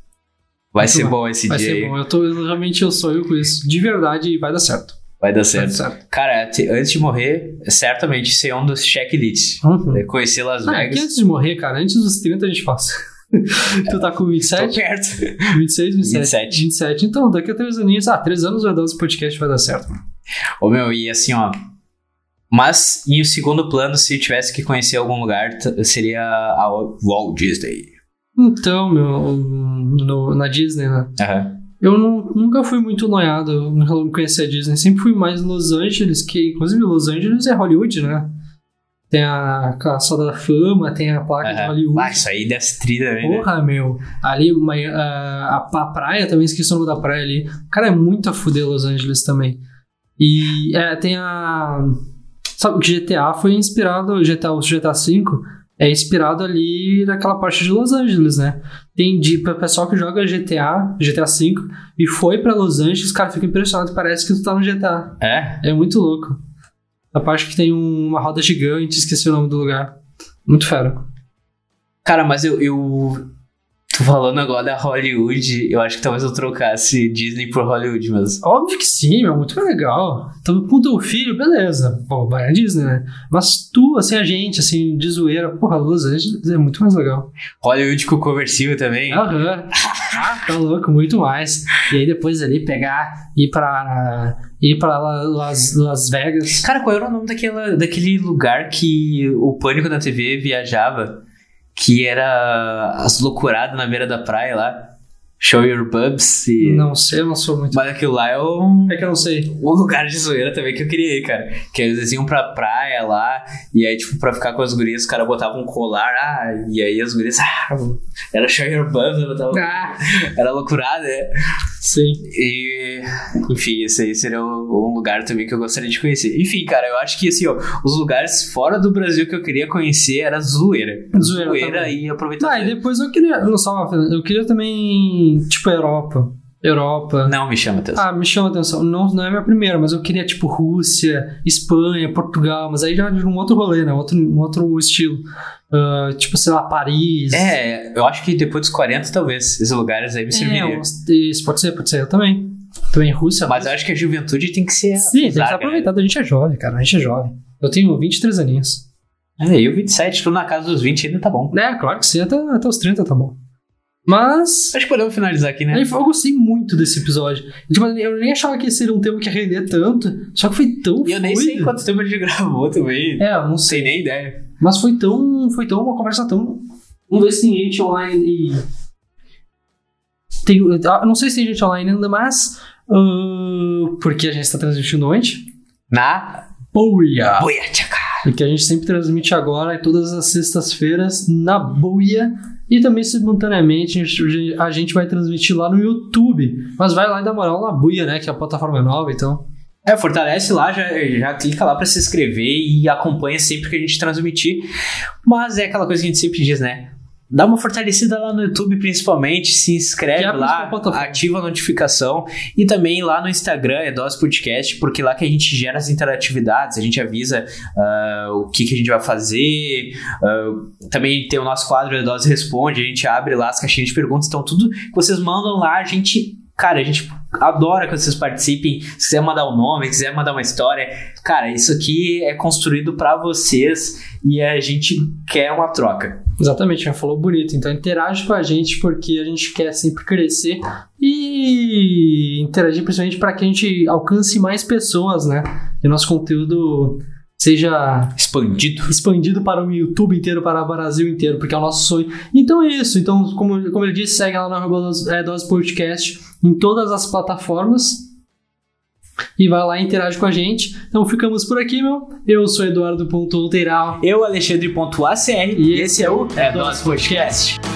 Vai ser bom esse vai dia ser aí. bom. Eu tô, eu, realmente eu sonho com isso. De verdade, e vai dar certo. Vai dar certo. Vai dar certo. Cara, te- antes de morrer, certamente isso é um dos checklists. Uhum. É conhecer Las Ah, Vegas. aqui antes de morrer, cara, antes dos trinta a gente faz. Tu tá com vinte e Tô sete? perto. vinte e seis, vinte e sete. vinte e sete. vinte e sete. Então, daqui a três aninhos, ah, três anos vai dar esse podcast, vai dar certo. Ô meu, e assim, ó. Mas, em segundo plano, se eu tivesse que conhecer algum lugar, t- seria a Walt Disney. Então, meu, no, na Disney, né? Aham. Eu não, nunca fui muito noiado em conhecer a Disney. Sempre fui mais em Los Angeles, que inclusive Los Angeles é Hollywood, né? Tem a calçada da fama, tem a placa de Aham. Hollywood. Ah, isso aí deve ser tri também, né? Porra, meu. Ali, uma, a, a, a praia também, esqueci o nome da praia ali. Cara, é muito a fuder Los Angeles também. E é, tem a... Sabe, o G T A foi inspirado, o G T A, o G T A cinco é inspirado ali naquela parte de Los Angeles, né? Tem de pra pessoal que joga G T A, G T A cinco, e foi pra Los Angeles, cara, fica impressionado, parece que tu tá no G T A. É? É muito louco. A parte que tem um- uma roda gigante, esqueci o nome do lugar. Muito fera. Cara, mas eu, eu... Tô falando agora da Hollywood, eu acho que talvez eu trocasse Disney por Hollywood mesmo. Óbvio que sim, meu, muito mais legal. Então, com teu filho, beleza. Pô, vai na Disney, né? Mas tu, assim, a gente, assim, de zoeira, porra, Los Angeles é muito mais legal. Hollywood com conversível também. Aham. Ah, tá louco, muito mais. E aí depois ali pegar, ir pra, ir pra La- Las, Las Vegas. Cara, qual era o nome daquela, daquele lugar que o Pânico na T V viajava? Que era as loucuradas na beira da praia lá. Show Your Bubs. E... Não sei, eu não sou muito... Mas aquilo lá é um, É que eu não sei. um lugar de zoeira também que eu queria ir, cara. Que eles iam pra praia lá. E aí, tipo, pra ficar com as gurias, os caras botavam um colar. Ah, e aí as gurias... Ah, era Show Your Bubs. Eu botava... Ah, Era loucurada, né? sim. E, enfim, esse aí seria um um lugar também que eu gostaria de conhecer. Enfim, cara, eu acho que, assim, ó, os lugares fora do Brasil que eu queria conhecer era zoeira. Zoeira também. e aproveitar. Ah, e depois eu queria... Não, só, eu queria também, tipo, Europa. Europa. Não me chama atenção. Ah, me chama a atenção. Não, não é a minha primeira, mas eu queria, tipo, Rússia, Espanha, Portugal, mas aí já de um outro rolê, né? Outro, um outro estilo. Ah, tipo, sei lá, Paris. É, eu acho que depois dos quarenta, talvez, esses lugares aí me serviriam. É, uns- isso pode ser, pode ser. Eu também. Também Rússia. Mas eu acho que a juventude tem que ser. Sim, tem que se larga, aproveitar. A gente é jovem, cara. A gente é jovem. Eu tenho vinte e três aninhos. né? É, eu vinte e sete, tô na casa dos vinte ainda tá bom. É, claro que sim. Até, até os trinta tá bom. Mas... Acho que podemos finalizar aqui, né? Aí eu gostei muito desse episódio. Tipo, eu nem achava que esse seria um tema que ia render tanto. Só que foi tão E eu nem sei fluido. quanto tempo a gente gravou também. É, eu não Não sei. sei nem ideia. Mas foi tão, foi tão uma conversa tão... Vamos ver se tem gente online e... Tem, eu não sei se tem gente online ainda, mas... ah, porque a gente está transmitindo onde? Na Boia! Boia, tchaca. Porque a gente sempre transmite agora, todas as sextas-feiras, na Boia. E também, simultaneamente, a gente, a gente vai transmitir lá no YouTube. Mas vai lá e dá moral na Boia, né? Que a plataforma é nova, então... É, fortalece lá, já, já clica lá pra se inscrever e acompanha sempre que a gente transmitir. Mas é aquela coisa que a gente sempre diz, né? dá uma fortalecida lá no YouTube, principalmente, se inscreve Que é a lá, principal plataforma. ativa a notificação e também lá no Instagram, é Dose Podcast, porque lá que a gente gera as interatividades, a gente avisa uh, o que, que a gente vai fazer, uh, também tem o nosso quadro é Dose Responde, a gente abre lá as caixinhas de perguntas, então tudo que vocês mandam lá, a gente, cara, a gente adora que vocês participem, se quiser mandar um nome, se quiser mandar uma história, cara, isso aqui é construído pra vocês e a gente quer uma troca. Exatamente, já falou bonito. Então interage com a gente porque a gente quer sempre crescer e interagir principalmente para que a gente alcance mais pessoas, né? E o nosso conteúdo seja Expandido. expandido para o YouTube inteiro, para o Brasil inteiro, porque é o nosso sonho. Então é isso. Então, como, como ele disse, segue lá no arroba Dose, é, Dose Podcast em todas as plataformas. E vai lá e interage com a gente. Então ficamos por aqui, meu. Eu sou Eduardo Teiral. Eu, Alexandre.acr. E esse é o É Dose Podcast.